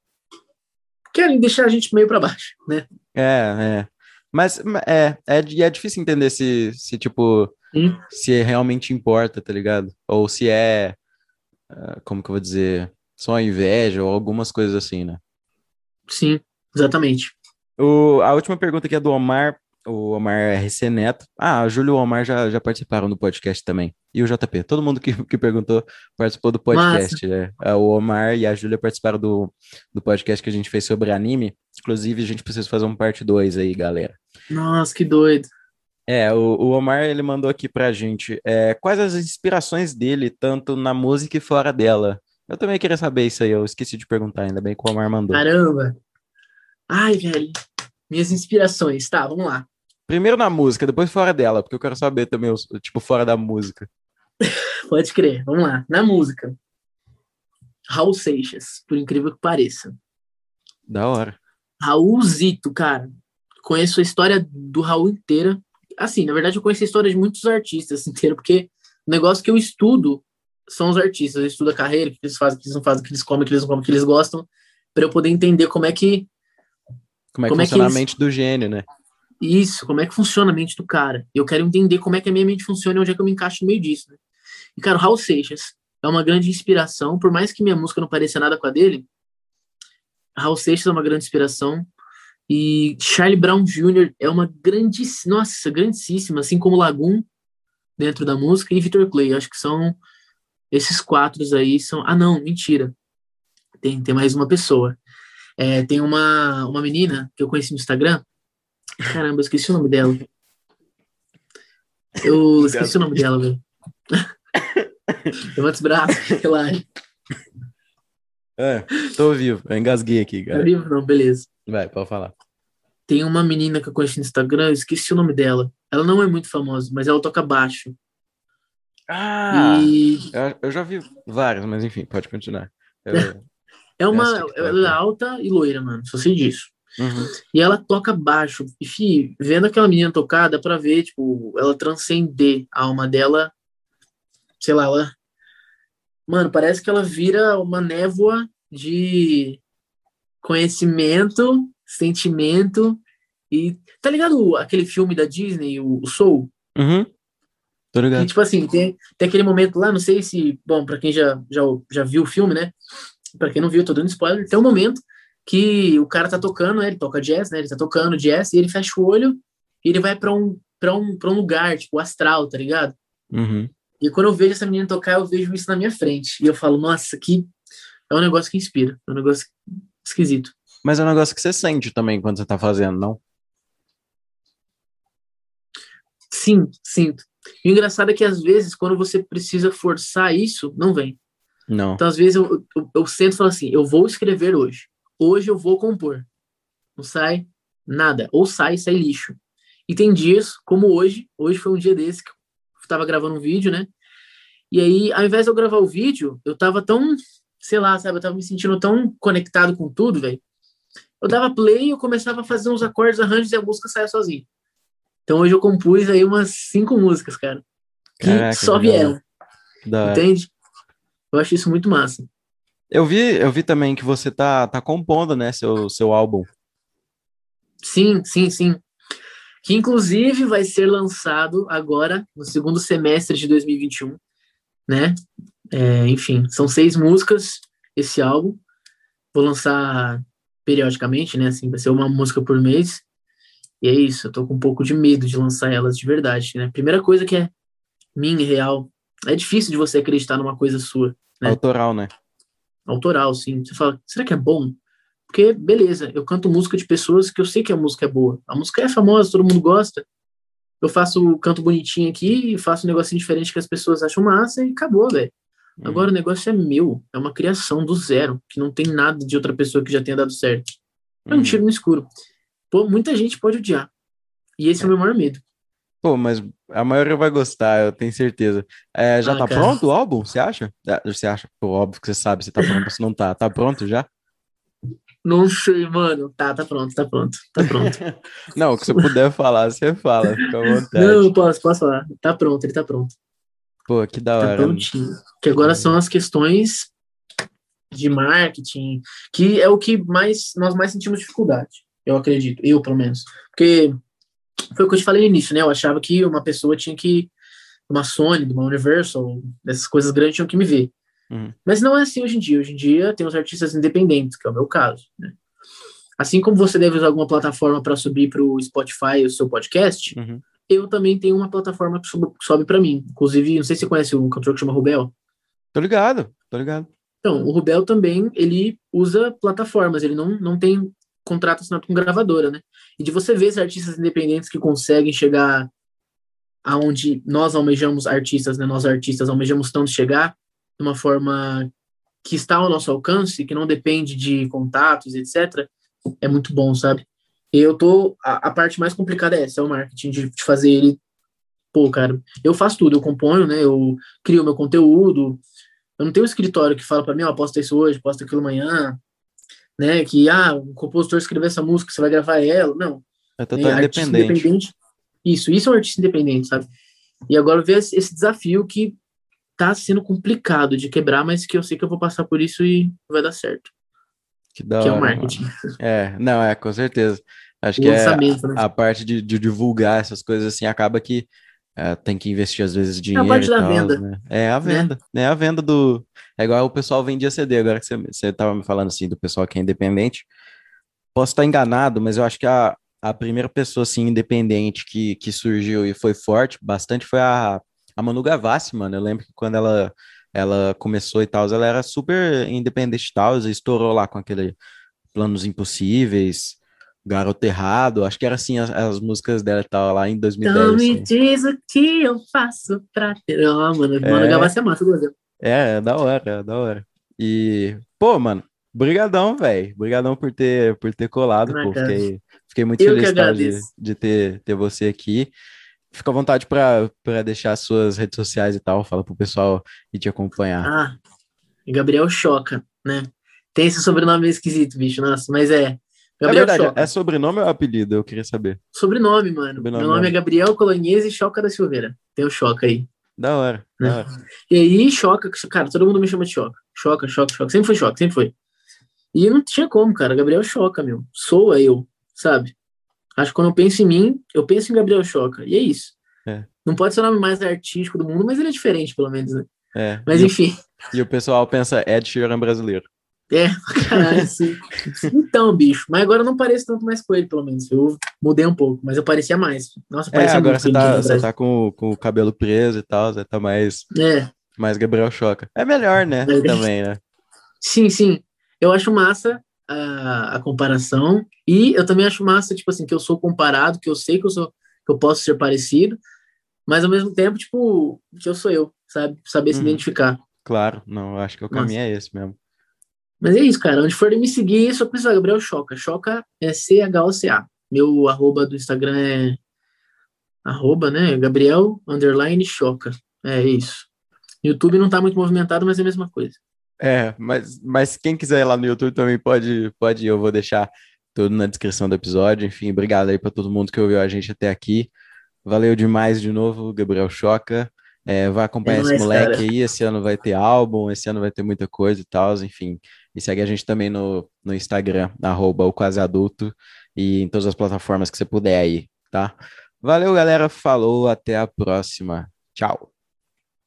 [SPEAKER 2] querem deixar a gente meio para baixo, né?
[SPEAKER 1] É, é. Mas é, é, e é difícil entender se, se, tipo,
[SPEAKER 2] Sim,
[SPEAKER 1] se realmente importa, tá ligado? Ou se é, ah, como que eu vou dizer, só inveja ou algumas coisas assim, né?
[SPEAKER 2] sim, exatamente.
[SPEAKER 1] O, a última pergunta aqui é do Omar, o Omar R C Neto. Ah, a Júlia e o Omar já, já participaram do podcast também. E o J P, todo mundo que, que perguntou participou do
[SPEAKER 2] Massa.
[SPEAKER 1] podcast. É. É, o Omar e a Júlia participaram do, do podcast que a gente fez sobre anime. Inclusive, a gente precisa fazer um parte dois aí, galera.
[SPEAKER 2] Nossa, que doido.
[SPEAKER 1] É, o, o Omar, ele mandou aqui pra gente, é, quais as inspirações dele, tanto na música e fora dela? Eu também queria saber isso aí, eu esqueci de perguntar, ainda bem que o Omar mandou.
[SPEAKER 2] Caramba. Ai, velho. Minhas inspirações. Tá, vamos lá.
[SPEAKER 1] Primeiro na música, depois fora dela, porque eu quero saber também, os- tipo, fora da música.
[SPEAKER 2] Pode crer. Vamos lá. Na música, Raul Seixas, por incrível que pareça.
[SPEAKER 1] Da hora.
[SPEAKER 2] Raulzito, cara. Conheço a história do Raul inteira. Assim, na verdade, eu conheço a história de muitos artistas inteira, porque o negócio que eu estudo são os artistas. Eu estudo a carreira, o que eles fazem, o que eles não fazem, o que eles comem, o que eles não comem, o que eles gostam, para eu poder entender como é que
[SPEAKER 1] Como é que
[SPEAKER 2] como é que
[SPEAKER 1] funciona a
[SPEAKER 2] eles
[SPEAKER 1] mente do gênio, né?
[SPEAKER 2] isso, como é que funciona a mente do cara. Eu quero entender como é que a minha mente funciona e onde é que eu me encaixo no meio disso, né? E cara, o Raul Seixas é uma grande inspiração, por mais que minha música não pareça nada com a dele, Raul Seixas é uma grande inspiração. E Charlie Brown júnior é uma grandíssima, nossa, grandíssima, assim como Lagoon dentro da música e Victor Clay. Acho que são esses quatro aí são. Ah, não, mentira. Tem, tem mais uma pessoa. É, tem uma, uma menina que eu conheci no Instagram. Caramba, eu esqueci o nome dela. Eu esqueci o nome
[SPEAKER 1] Engasguei.
[SPEAKER 2] dela, velho. Levanta os braços, relaxa.
[SPEAKER 1] É, tô vivo, eu engasguei aqui,
[SPEAKER 2] Tá
[SPEAKER 1] cara.
[SPEAKER 2] vivo? Não, beleza.
[SPEAKER 1] Vai, pode falar.
[SPEAKER 2] Tem uma menina que eu conheci no Instagram, eu esqueci o nome dela. Ela não é muito famosa, mas ela toca baixo.
[SPEAKER 1] Ah,
[SPEAKER 2] E
[SPEAKER 1] eu, eu já vi várias, mas enfim, pode continuar. Eu,
[SPEAKER 2] é
[SPEAKER 1] nessa
[SPEAKER 2] uma.
[SPEAKER 1] TikTok,
[SPEAKER 2] Ela é
[SPEAKER 1] né?
[SPEAKER 2] alta e loira, mano, só sei disso.
[SPEAKER 1] Uhum,
[SPEAKER 2] E ela toca baixo. E, fi, vendo aquela menina tocar, dá pra ver, tipo, ela transcender a alma dela, sei lá, ela. Mano, parece que ela vira uma névoa de conhecimento, sentimento e. Tá ligado aquele filme da Disney, o, o Soul?
[SPEAKER 1] uhum, tô
[SPEAKER 2] Que,
[SPEAKER 1] ligado.
[SPEAKER 2] tipo assim, tem, tem aquele momento lá, não sei se. Bom, pra quem já, já, já viu o filme, né? Pra quem não viu, tô dando spoiler. Tem um momento que o cara tá tocando, né? Ele toca jazz, né? Ele tá tocando jazz e ele fecha o olho e ele vai pra um, pra um, pra um lugar, tipo, astral, tá ligado?
[SPEAKER 1] Uhum.
[SPEAKER 2] E quando eu vejo essa menina tocar, eu vejo isso na minha frente. E eu falo, nossa, que é um negócio que inspira. É um negócio esquisito.
[SPEAKER 1] Mas é um negócio que você sente também quando você tá fazendo, não?
[SPEAKER 2] Sim, sinto. E o engraçado é que às vezes, quando você precisa forçar isso, não vem.
[SPEAKER 1] Não.
[SPEAKER 2] Então, às vezes, eu, eu, eu sento e falo assim: eu vou escrever hoje. Hoje eu vou compor. Não sai nada. Ou sai, sai lixo. E tem dias, como hoje, hoje foi um dia desse que eu tava gravando um vídeo, né? E aí, ao invés de eu gravar o vídeo, eu tava tão, sei lá, sabe, eu tava me sentindo tão conectado com tudo, velho. Eu dava play e eu começava a fazer uns acordes, arranjos e a música saia sozinha. Então hoje eu compus aí umas cinco músicas, cara, que
[SPEAKER 1] Caraca,
[SPEAKER 2] só
[SPEAKER 1] que da hora.
[SPEAKER 2] vieram,
[SPEAKER 1] Que da hora.
[SPEAKER 2] entende? Eu acho isso muito massa.
[SPEAKER 1] Eu vi, eu vi também que você tá, tá compondo, né, seu, seu álbum.
[SPEAKER 2] Sim, sim, sim. Que inclusive vai ser lançado agora, no segundo semestre de dois mil e vinte e um, né? É, enfim, são seis músicas esse álbum. Vou lançar periodicamente, né? Assim, vai ser uma música por mês. E é isso, eu tô com um pouco de medo de lançar elas de verdade, né? Primeira coisa que é minha, real. É difícil de você acreditar numa coisa sua, né?
[SPEAKER 1] Autoral, né?
[SPEAKER 2] Autoral, sim. Você fala, será que é bom? Porque, beleza, eu canto música de pessoas que eu sei que a música é boa. A música é famosa, todo mundo gosta. Eu faço canto bonitinho aqui, faço um negocinho diferente que as pessoas acham massa e acabou, velho. Agora
[SPEAKER 1] Uhum,
[SPEAKER 2] o negócio é meu, é uma criação do zero, que não tem nada de outra pessoa que já tenha dado certo. É um
[SPEAKER 1] uhum.
[SPEAKER 2] tiro no escuro. Pô, muita gente pode odiar. E esse é o
[SPEAKER 1] É.
[SPEAKER 2] meu maior medo.
[SPEAKER 1] Pô, mas a maioria vai gostar, eu tenho certeza. É, já
[SPEAKER 2] Ah,
[SPEAKER 1] tá
[SPEAKER 2] cara.
[SPEAKER 1] pronto o álbum, você acha? É, você acha? Pô, óbvio que você sabe se tá pronto ou se não tá. Tá pronto já?
[SPEAKER 2] Não sei, mano. Tá, tá pronto, tá pronto, tá pronto.
[SPEAKER 1] Não, o que você puder falar, você fala, fica à
[SPEAKER 2] Não,
[SPEAKER 1] vontade.
[SPEAKER 2] eu posso, posso falar. Tá pronto, ele tá pronto.
[SPEAKER 1] Pô, que da
[SPEAKER 2] Tá
[SPEAKER 1] hora,
[SPEAKER 2] prontinho. Que
[SPEAKER 1] que da
[SPEAKER 2] agora são
[SPEAKER 1] hora.
[SPEAKER 2] as questões de marketing, que é o que mais nós mais sentimos dificuldade. Eu acredito, eu pelo menos. Porque foi o que eu te falei no início, né? Eu achava que uma pessoa tinha que, uma Sony, uma Universal, dessas coisas grandes tinham que me ver.
[SPEAKER 1] Uhum,
[SPEAKER 2] Mas não é assim hoje em dia. Hoje em dia tem os artistas independentes, que é o meu caso, né? Assim como você deve usar alguma plataforma para subir para o Spotify o seu podcast,
[SPEAKER 1] uhum.
[SPEAKER 2] eu também tenho uma plataforma que sobe para mim. Inclusive, não sei se você conhece um cantor que chama Rubel.
[SPEAKER 1] Tô ligado, tô ligado.
[SPEAKER 2] Então, o Rubel também, ele usa plataformas, ele não, não tem contrato assinado com gravadora, né? E de você ver esses artistas independentes que conseguem chegar aonde nós almejamos artistas, né? Nós artistas almejamos tanto chegar de uma forma que está ao nosso alcance, que não depende de contatos, etcétera, é muito bom, sabe? Eu tô. A, a parte mais complicada é essa, é o marketing, de, de fazer ele. Pô, cara, eu faço tudo, eu componho, né? Eu crio meu conteúdo. Eu não tenho um escritório que fala pra mim, ó, posta isso hoje, posta aquilo amanhã, né? Que, ah, o compositor escreveu essa música, você vai gravar ela. Não.
[SPEAKER 1] É
[SPEAKER 2] Né?
[SPEAKER 1] total
[SPEAKER 2] Artista
[SPEAKER 1] independente.
[SPEAKER 2] independente. Isso, isso é um artista independente, sabe? E agora ver esse, esse desafio que tá sendo complicado de quebrar, mas que eu sei que eu vou passar por isso e vai dar certo.
[SPEAKER 1] Que da
[SPEAKER 2] Que é o
[SPEAKER 1] hora,
[SPEAKER 2] marketing,
[SPEAKER 1] mano. É, não, é, com certeza. Acho
[SPEAKER 2] o
[SPEAKER 1] que é
[SPEAKER 2] lançamento, né?
[SPEAKER 1] a parte de, de divulgar essas coisas assim, acaba que é, tem que investir às vezes
[SPEAKER 2] É a
[SPEAKER 1] dinheiro e
[SPEAKER 2] parte da
[SPEAKER 1] tal,
[SPEAKER 2] venda,
[SPEAKER 1] né? É a
[SPEAKER 2] né?
[SPEAKER 1] venda, né? A venda do. É igual o pessoal vendia C D, agora que você, você tava me falando assim do pessoal que é independente. Posso estar enganado, mas eu acho que a, a primeira pessoa assim, independente que, que surgiu e foi forte bastante foi a, a Manu Gavassi, mano. Eu lembro que quando ela, ela começou e tal, ela era super independente e tal, e estourou lá com aquele Planos Impossíveis, Garoto Errado, acho que era assim as, as músicas dela e tal, lá em
[SPEAKER 2] Então
[SPEAKER 1] dois mil e dez,
[SPEAKER 2] me
[SPEAKER 1] assim.
[SPEAKER 2] diz o que eu faço pra ter. Ah, mano, mano,
[SPEAKER 1] É,
[SPEAKER 2] Gavassi é massa, Brasil.
[SPEAKER 1] é, é da hora, é da hora. E, pô, mano, brigadão, velho. Brigadão por ter, por ter colado,
[SPEAKER 2] Na
[SPEAKER 1] pô.
[SPEAKER 2] casa.
[SPEAKER 1] Fiquei, fiquei muito
[SPEAKER 2] Eu que
[SPEAKER 1] feliz, tal, de,
[SPEAKER 2] agradeço.
[SPEAKER 1] de ter, ter você aqui. Fica à vontade para para deixar suas redes sociais e tal, fala pro pessoal ir te acompanhar.
[SPEAKER 2] Ah, Gabriel Choca, né? Tem esse sobrenome meio esquisito, bicho, nossa, mas é.
[SPEAKER 1] É
[SPEAKER 2] Gabriel
[SPEAKER 1] verdade, é
[SPEAKER 2] Choca.
[SPEAKER 1] sobrenome ou apelido? Eu queria saber.
[SPEAKER 2] Sobrenome, mano. Meu
[SPEAKER 1] Sobrenome
[SPEAKER 2] nome é
[SPEAKER 1] mesmo.
[SPEAKER 2] Gabriel Colognese Choca da Silveira. Tem o Choca aí,
[SPEAKER 1] Da hora,
[SPEAKER 2] né?
[SPEAKER 1] da hora.
[SPEAKER 2] E aí, Choca, cara, todo mundo me chama de Choca. Choca, Choca, Choca. Sempre foi Choca, sempre foi. E não tinha como, cara. Gabriel Choca, meu. Soa eu, sabe? Acho que quando eu penso em mim, eu penso em Gabriel Choca. E é isso.
[SPEAKER 1] É,
[SPEAKER 2] Não pode ser o nome mais artístico do mundo, mas ele é diferente, pelo menos, né?
[SPEAKER 1] é.
[SPEAKER 2] Mas
[SPEAKER 1] E o,
[SPEAKER 2] enfim,
[SPEAKER 1] e o pessoal pensa Ed Sheeran brasileiro.
[SPEAKER 2] é, pra caralho, sim. Então, bicho, mas agora eu não pareço tanto mais com ele, pelo menos. Eu mudei um pouco, mas eu parecia mais. Nossa, eu
[SPEAKER 1] É,
[SPEAKER 2] parecia
[SPEAKER 1] agora
[SPEAKER 2] muito
[SPEAKER 1] você
[SPEAKER 2] com ele aqui
[SPEAKER 1] tá,
[SPEAKER 2] no
[SPEAKER 1] você
[SPEAKER 2] Brasil.
[SPEAKER 1] tá com, com o cabelo preso e tal, você tá mais,
[SPEAKER 2] É,
[SPEAKER 1] mais Gabriel Choca. É melhor, né?
[SPEAKER 2] mas-
[SPEAKER 1] Também, né?
[SPEAKER 2] sim, sim. Eu acho massa a, a comparação. E eu também acho massa, tipo assim, que eu sou comparado, que eu sei que eu sou, que eu posso ser parecido, mas ao mesmo tempo, tipo, que eu sou eu, sabe? Saber se
[SPEAKER 1] Uhum.
[SPEAKER 2] identificar.
[SPEAKER 1] Claro, não, eu acho que o caminho
[SPEAKER 2] Massa.
[SPEAKER 1] é esse mesmo.
[SPEAKER 2] Mas é isso, cara. Onde for me seguir, só precisa Gabriel Choca. Choca é C H O C A. Meu arroba do Instagram é arroba, né? Gabriel underline Choca. É isso. YouTube não tá muito movimentado, mas é a mesma coisa.
[SPEAKER 1] É, mas, mas quem quiser ir lá no YouTube também pode, pode ir, eu vou deixar tudo na descrição do episódio. Enfim, obrigado aí para todo mundo que ouviu a gente até aqui. Valeu demais de novo, Gabriel Choca. É, vai
[SPEAKER 2] É
[SPEAKER 1] acompanhar esse
[SPEAKER 2] nóis, cara.
[SPEAKER 1] moleque aí. Esse ano vai ter álbum, esse ano vai ter muita coisa e tal. Enfim, e segue a gente também no, no Instagram, arroba o Quase Adulto, e em todas as plataformas que você puder aí, tá? Valeu, galera. Falou, até a próxima. Tchau.